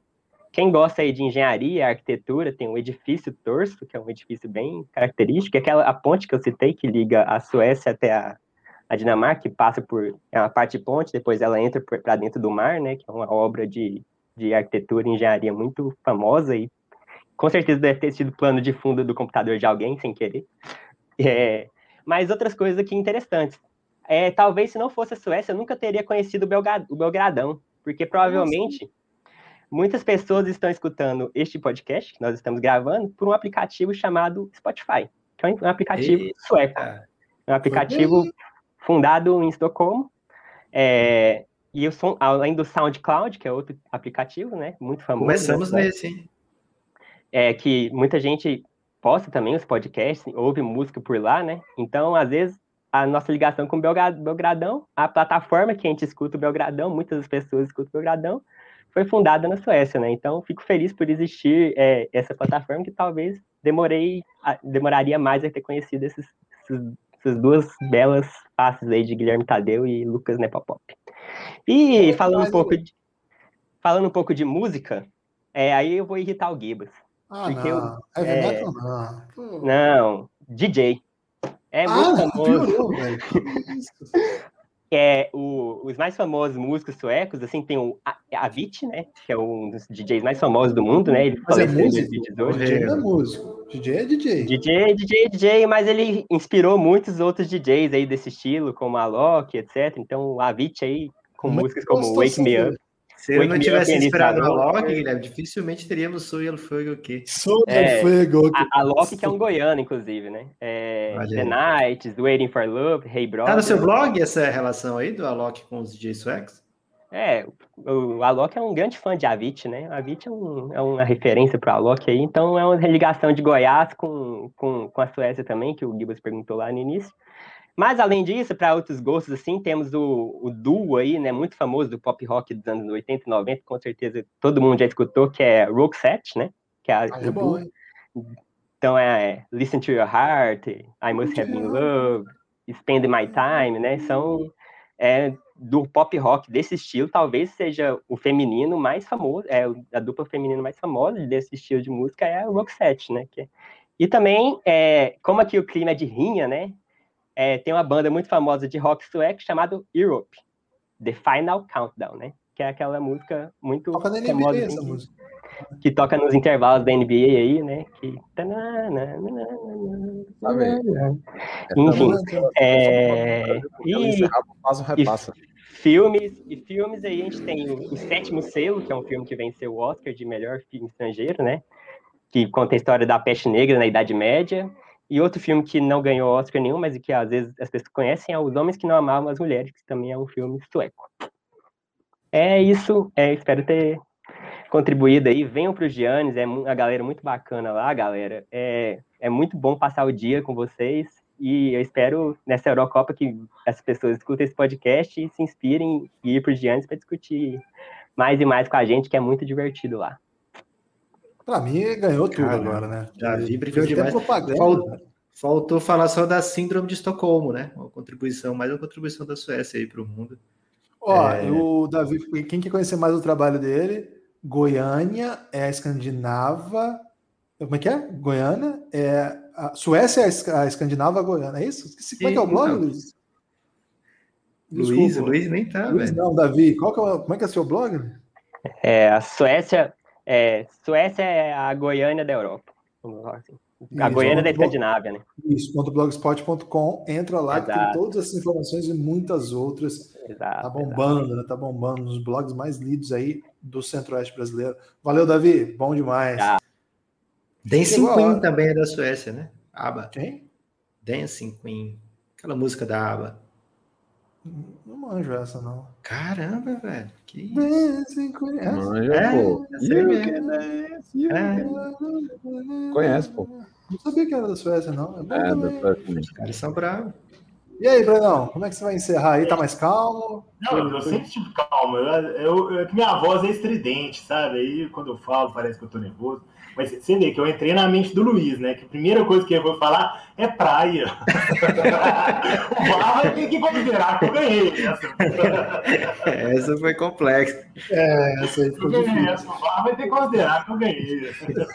Quem gosta aí de engenharia, arquitetura, tem o edifício Torso, que é um edifício bem característico, a ponte que eu citei, que liga a Suécia até a Dinamarca, que passa é uma parte de ponte, depois ela entra para dentro do mar, né, que é uma obra de arquitetura e engenharia muito famosa, e com certeza deve ter sido plano de fundo do computador de alguém, sem querer. Mas outras coisas aqui interessantes. Talvez se não fosse a Suécia, eu nunca teria conhecido o Belgradão, porque provavelmente muitas pessoas estão escutando este podcast que nós estamos gravando por um aplicativo chamado Spotify, que é um aplicativo sueco. É um aplicativo fundado em Estocolmo. E eu sou, além do SoundCloud, que é outro aplicativo, né, muito famoso. Começamos nesse, hein? Que muita gente posta também os podcasts, ouve música por lá, né? Então, às vezes, a nossa ligação com o Belgradão, a plataforma que a gente escuta o Belgradão, muitas das pessoas escutam o Belgradão, foi fundada na Suécia, né? Então, fico feliz por existir essa plataforma, que talvez demoraria mais a ter conhecido essas duas belas faces aí de Guilherme Tadeu e Lucas Nepopop. E falando um pouco de música, aí eu vou irritar o Gibas. Porque não, DJ. Muito famoso. Velho. Os mais famosos músicos suecos, assim, tem o Avicii, né? Que é um dos DJs mais famosos do mundo, né? Ele faleceu em 2018. DJ não é músico. DJ é DJ. DJ, mas ele inspirou muitos outros DJs aí desse estilo, como a Alok, etc. Então, o Avicii aí, com músicas como Wake Me Up. Se eu não tivesse inspirado a Alok, Guilherme, dificilmente teríamos Soy el Fuego aqui. Soy el Fuego. A Alok, que é um goiano, inclusive, né? The Nights, Waiting for Love, Hey Brother. Tá no seu blog essa relação aí do Alok com os DJs suecos? O Alok é um grande fã de Avicii, né? Avicii é uma referência para o Alok aí, então é uma ligação de Goiás com a Suécia também, que o Gibas perguntou lá no início. Mas, além disso, para outros gostos, assim, temos o duo aí, né, muito famoso do pop rock dos anos 80 e 90, com certeza todo mundo já escutou, que é Roxette, né? Que é bom, hein? Então, Listen to Your Heart, I Must Have Been Love, Spend My Time, né? São do pop rock desse estilo, talvez seja o feminino mais famoso, a dupla feminina mais famosa desse estilo de música é a Roxette, né? E também, como aqui o clima é de rinha, né? Tem uma banda muito famosa de rock sueco chamada Europe, The Final Countdown, né? Que é aquela música muito toca na NBA, famosa, essa música. Que toca nos intervalos da NBA aí, né? Enfim. Filmes aí, a gente tem o Sétimo Selo, que é um filme que venceu o Oscar de melhor filme estrangeiro, né? Que conta a história da peste negra na Idade Média. E outro filme que não ganhou Oscar nenhum, mas que às vezes as pessoas conhecem, é Os Homens que Não Amavam as Mulheres, que também é um filme sueco. É isso, espero ter contribuído aí. Venham para o Giannis, é uma galera muito bacana lá, galera. É muito bom passar o dia com vocês e eu espero nessa Eurocopa que as pessoas escutem esse podcast e se inspirem e ir para o Giannis para discutir mais e mais com a gente, que é muito divertido lá. Pra mim, ganhou tudo agora, né? Já vi, brilhou demais. Faltou falar só da Síndrome de Estocolmo, né? Mais uma contribuição da Suécia aí para o mundo. O Davi, quem quer conhecer mais o trabalho dele, Goiânia é a escandinava. Como é que é? Goiânia a Suécia é a escandinava Goiânia, é isso? Como é que é o blog, Luiz? Luiz nem tá, Luiz, velho. Não, Davi, como é que é o seu blog? A Suécia é a Goiânia da Europa. Assim. A Goiânia da Escandinávia, né? Isso, .blogspot.com, entra lá. Exato. Que tem todas essas informações e muitas outras. Exato, tá bombando, né? Tá bombando nos blogs mais lidos aí do Centro-Oeste brasileiro. Valeu, Davi, bom demais. Dancing Queen também é da Suécia, né? ABBA. Quem? Dancing Queen. Aquela música da ABBA. Não manjo essa, não. Caramba, velho. Que isso? Dancing Queen. Pô. Conhece, pô. Não sabia que era da Suécia, não. Os caras são bravos. E aí, Brenão, como é que você vai encerrar aí? Tá mais calmo? Não, eu sempre tive calma. Minha voz é estridente, sabe? Aí quando eu falo parece que eu tô nervoso. Mas você vê que eu entrei na mente do Luiz, né? Que a primeira coisa que eu vou falar é praia. O VAR vai ter que considerar que eu ganhei essa. Essa foi complexa. Essa aí ficou difícil. O VAR vai ter que considerar que eu ganhei.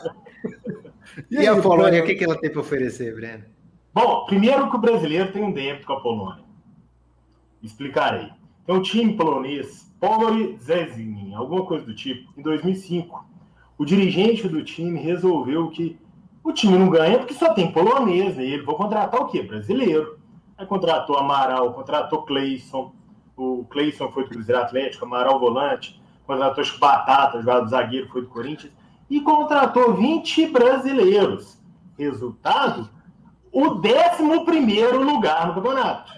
E a Polônia, o que ela tem para oferecer, Breno? Bom, primeiro que o brasileiro tem um débito com a Polônia. Explicarei. Tem um time polonês, Pogory Szczecin, alguma coisa do tipo, em 2005. O dirigente do time resolveu que o time não ganha porque só tem polonês nele. Vou contratar o quê? Brasileiro. Aí contratou Amaral, contratou Cleison. O Cleison foi do Cruzeiro Atlético, Amaral volante. Contratou Batata, jogador do zagueiro, foi do Corinthians. E contratou 20 brasileiros. Resultado, o 11º lugar no campeonato.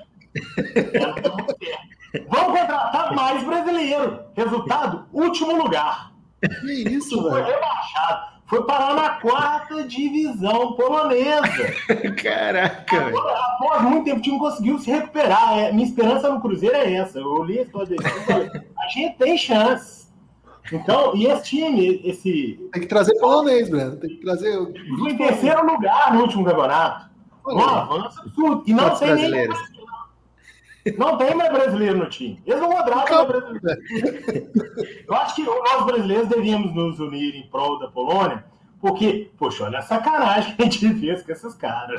Vamos contratar mais brasileiro. Resultado, último lugar. Que isso, foi velho? rebaixado. Foi parar na 4ª divisão polonesa. Caraca, velho. Após muito tempo, o time conseguiu se recuperar. Minha esperança no Cruzeiro é essa. Eu li a história dele e falei, a gente tem chance. Então, e esse time, Tem que trazer polonês, Breno. Tem que trazer. Foi em 3º lugar no último campeonato. Um avanço absurdo. E não tem nem. Não tem mais brasileiro no time. Eles não contratam mais brasileiro. Eu acho que nós brasileiros devíamos nos unir em prol da Polônia, porque, poxa, olha a sacanagem que a gente fez com esses caras.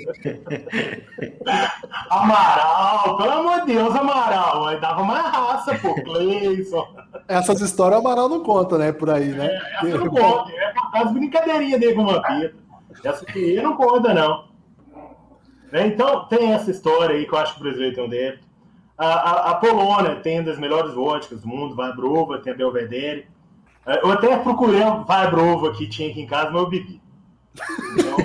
Amaral, pelo amor de Deus, Amaral. Aí dava mais raça, pô, Cleison. Essas histórias o Amaral não conta, né? Por aí, né? Essa não conta. É as brincadeirinhas dele com o Vampeta. Essa aqui não conta, não. Então, tem essa história aí que eu acho que o brasileiro tem um débito. A Polônia tem das melhores vodkas do mundo, Vabrova, tem a Belvedere. Eu até procurei a Vabrova que tinha aqui em casa, mas eu bebi. Então,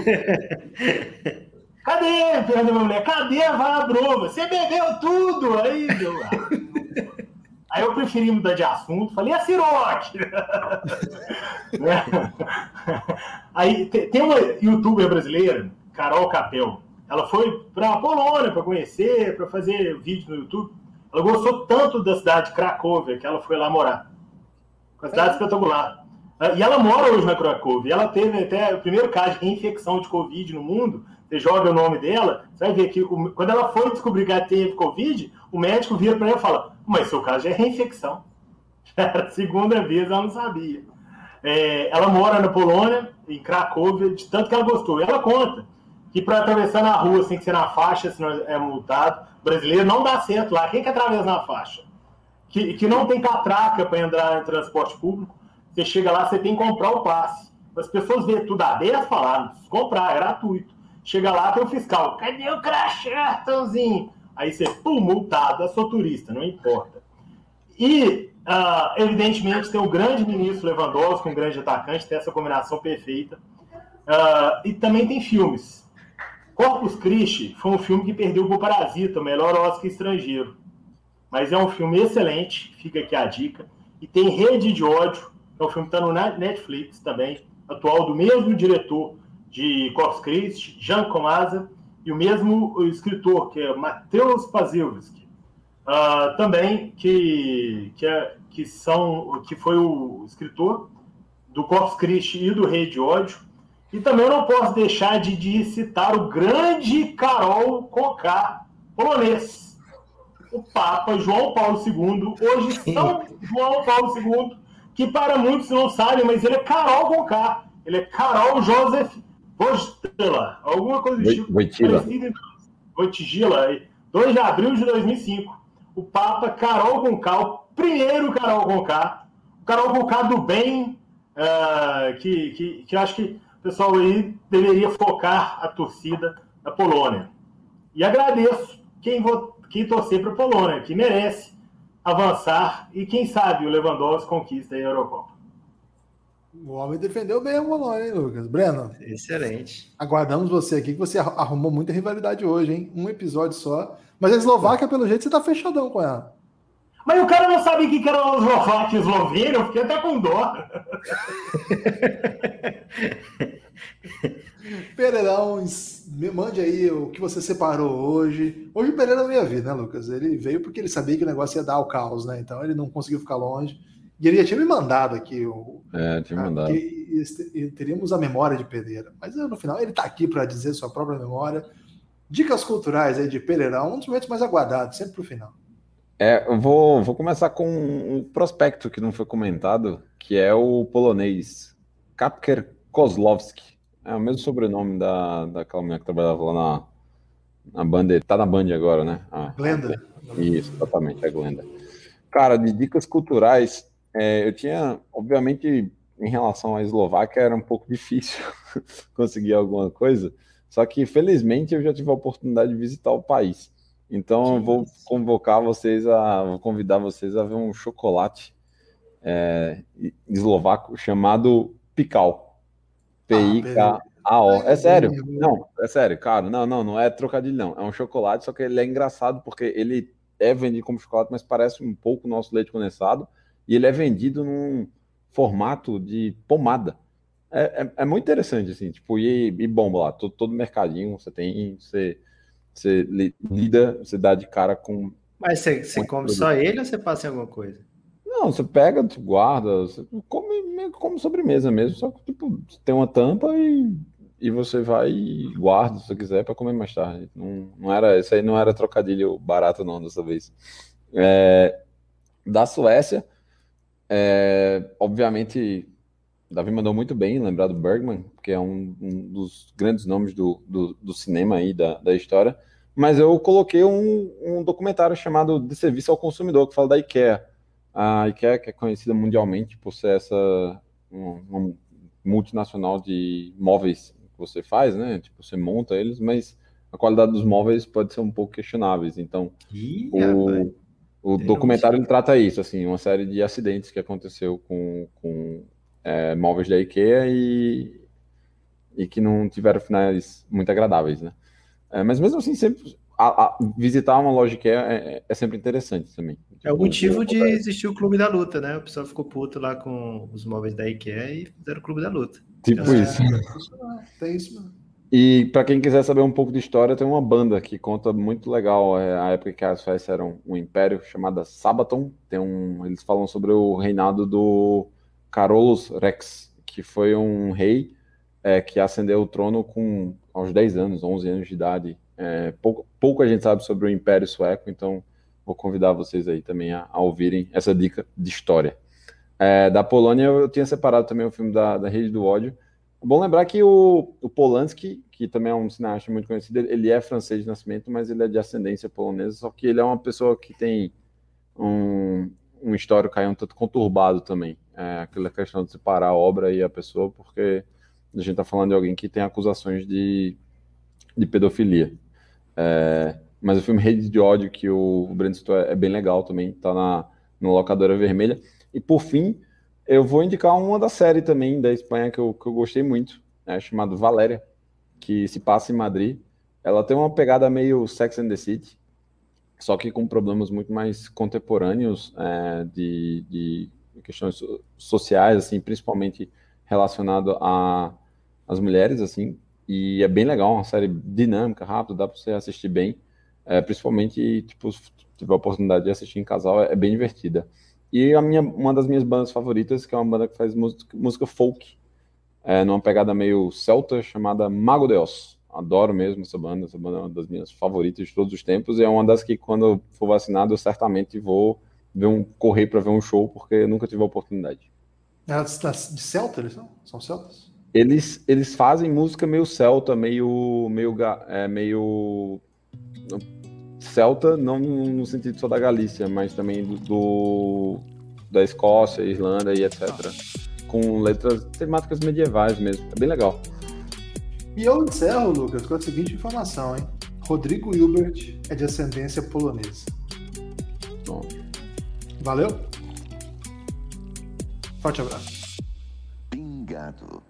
cadê? Pergunta minha mulher, cadê a Vabrova? Você bebeu tudo! Aí, deu lá. Aí eu preferi mudar de assunto, falei, a Ciroc! Aí tem uma youtuber brasileira, Carol Capel. Ela foi para a Polônia para conhecer, para fazer vídeo no YouTube. Ela gostou tanto da cidade de Cracóvia que ela foi lá morar. Uma cidade espetacular. E ela mora hoje na Cracóvia. Ela teve até o primeiro caso de reinfecção de Covid no mundo. Você joga o nome dela, você vai ver que quando ela foi descobrir que ela teve Covid, o médico vira para ela e fala, mas seu caso já é reinfecção. Já era a 2ª vez, ela não sabia. Ela mora na Polônia, em Cracóvia, de tanto que ela gostou. E ela conta que para atravessar na rua tem que ser na faixa, senão é multado. O brasileiro não dá certo lá. Quem que atravessa na faixa? Que não tem catraca para entrar em transporte público. Você chega lá, você tem que comprar o passe. As pessoas veem tudo aberto e falam, não precisa comprar, é gratuito. Chega lá, tem o fiscal. Cadê o crachãozinho? Aí você, multado, eu sou turista, não importa. E, evidentemente, tem o grande ministro Lewandowski, um grande atacante, tem essa combinação perfeita. E também tem filmes. Corpus Christi foi um filme que perdeu para o Parasita, o melhor Oscar estrangeiro. Mas é um filme excelente, fica aqui a dica. E tem Rede de Ódio, que é um filme que está no Netflix também, atual do mesmo diretor de Corpus Christi, Jan Komasa, e o mesmo escritor, que é Mateusz Pazielski. Também, que foi o escritor do Corpus Christi e do Rede de Ódio. E também eu não posso deixar de citar o grande Karol Conká, polonês. O Papa João Paulo II, hoje São João Paulo II, que para muitos não sabem, mas ele é Karol Conká. Ele é Karol Joseph Wojtyla, alguma coisa do tipo. Wojtyla, 2 de abril de 2005. O Papa Karol Conká, o primeiro Karol Conká, o Karol Conká do bem, que eu acho que o pessoal aí deveria focar a torcida da Polônia. E agradeço quem torcer para a Polônia, que merece avançar e quem sabe o Lewandowski conquista a Eurocopa. O homem defendeu bem a Polônia, hein, Lucas? Breno? Excelente. Aguardamos você aqui, que você arrumou muita rivalidade hoje, hein? Um episódio só. Mas a Eslováquia, pelo jeito, você tá fechadão com ela. Mas o cara não sabe o que era a Eslováquia e Eslovênia, eu fiquei até com dó. Pereirão, me mande aí o que você separou hoje. Hoje o Pereira não ia vir, né, Lucas? Ele veio porque ele sabia que o negócio ia dar ao caos, né? Então ele não conseguiu ficar longe. E ele já tinha me mandado aqui. Tinha mandado. e teríamos a memória de Pereira. Mas no final ele está aqui para dizer sua própria memória. Dicas culturais aí de Pereirão, um dos momentos mais aguardados, sempre para o final. Eu vou começar com um prospecto que não foi comentado, que é o polonês Kacper Kozłowski. É o mesmo sobrenome daquela mulher que trabalhava lá na Band, tá na Band agora, né? Glenda. Isso, exatamente, a Glenda. Cara, de dicas culturais, eu tinha, obviamente, em relação à Eslováquia, era um pouco difícil conseguir alguma coisa, só que, felizmente, eu já tive a oportunidade de visitar o país. Então, eu vou convidar vocês a ver um chocolate eslovaco chamado Pikal. P-I-K-A-O. É sério? Não, é sério, cara. Não é trocadilho, não. É um chocolate, só que ele é engraçado porque ele é vendido como chocolate, mas parece um pouco o nosso leite condensado. E ele é vendido num formato de pomada. É muito interessante, assim, tipo, e bomba lá. Todo mercadinho você lida, você dá de cara com... Mas você come só ele ou você passa em alguma coisa? Não, você pega, tu guarda, você come meio que como sobremesa mesmo, só que tipo, tem uma tampa e você vai e guarda se você quiser para comer mais tarde. Não era, isso aí não era trocadilho barato não dessa vez. Da Suécia, obviamente, Davi mandou muito bem lembrar do Bergman, que é um dos grandes nomes do cinema aí da história, mas eu coloquei um documentário chamado De Serviço ao Consumidor, que fala da IKEA. A IKEA, que é conhecida mundialmente por ser uma multinacional de móveis que você faz, né? Tipo, você monta eles, mas a qualidade dos móveis pode ser um pouco questionáveis. Então, o documentário ele trata isso, assim, uma série de acidentes que aconteceu com móveis da IKEA e que não tiveram finais muito agradáveis, né? Mas mesmo assim, sempre visitar uma loja IKEA é sempre interessante também. É o motivo de existir o Clube da Luta, né? O pessoal ficou puto lá com os móveis da IKEA e fizeram o Clube da Luta. Tipo isso. Tem isso mesmo. E para quem quiser saber um pouco de história, tem uma banda que conta muito legal a época que as Suécia eram um império, chamada Sabaton. Eles falam sobre o reinado do Carolus Rex, que foi um rei que ascendeu o trono aos 10 anos, 11 anos de idade. Pouco a gente sabe sobre o Império Sueco, então vou convidar vocês aí também a ouvirem essa dica de história. Da Polônia, eu tinha separado também o filme da Rede do Ódio. É bom lembrar que o Polanski, que também é um cineasta muito conhecido, ele é francês de nascimento, mas ele é de ascendência polonesa, só que ele é uma pessoa que tem um histórico aí um tanto conturbado também. Aquela questão de separar a obra e a pessoa, porque a gente está falando de alguém que tem acusações de pedofilia. Mas o filme Rede de Ódio, que o Breno citou, é bem legal também, tá na Locadora Vermelha. E por fim, eu vou indicar uma da série também da Espanha que eu gostei muito, chamada Valéria, que se passa em Madrid. Ela tem uma pegada meio Sex and the City, só que com problemas muito mais contemporâneos de questões sociais, assim, principalmente relacionado às mulheres, assim. E é bem legal, uma série dinâmica, rápida, dá para você assistir bem. Principalmente, tipo, se tiver a oportunidade de assistir em casal, é bem divertida. E uma das minhas bandas favoritas, que é uma banda que faz música folk, numa pegada meio celta, chamada Mago de Oz. Adoro mesmo essa banda é uma das minhas favoritas de todos os tempos, e é uma das que, quando eu for vacinado, eu certamente vou correr para ver um show, porque eu nunca tive a oportunidade. De celta eles são? São celtas? Eles fazem música meio celta, meio celta, não no sentido só da Galícia, mas também da Escócia, Irlanda e etc. Com letras temáticas medievais mesmo. É bem legal. E eu encerro, Lucas, com a seguinte informação, hein? Rodrigo Hilbert é de ascendência polonesa. Bom. Valeu? Forte abraço. Pingado.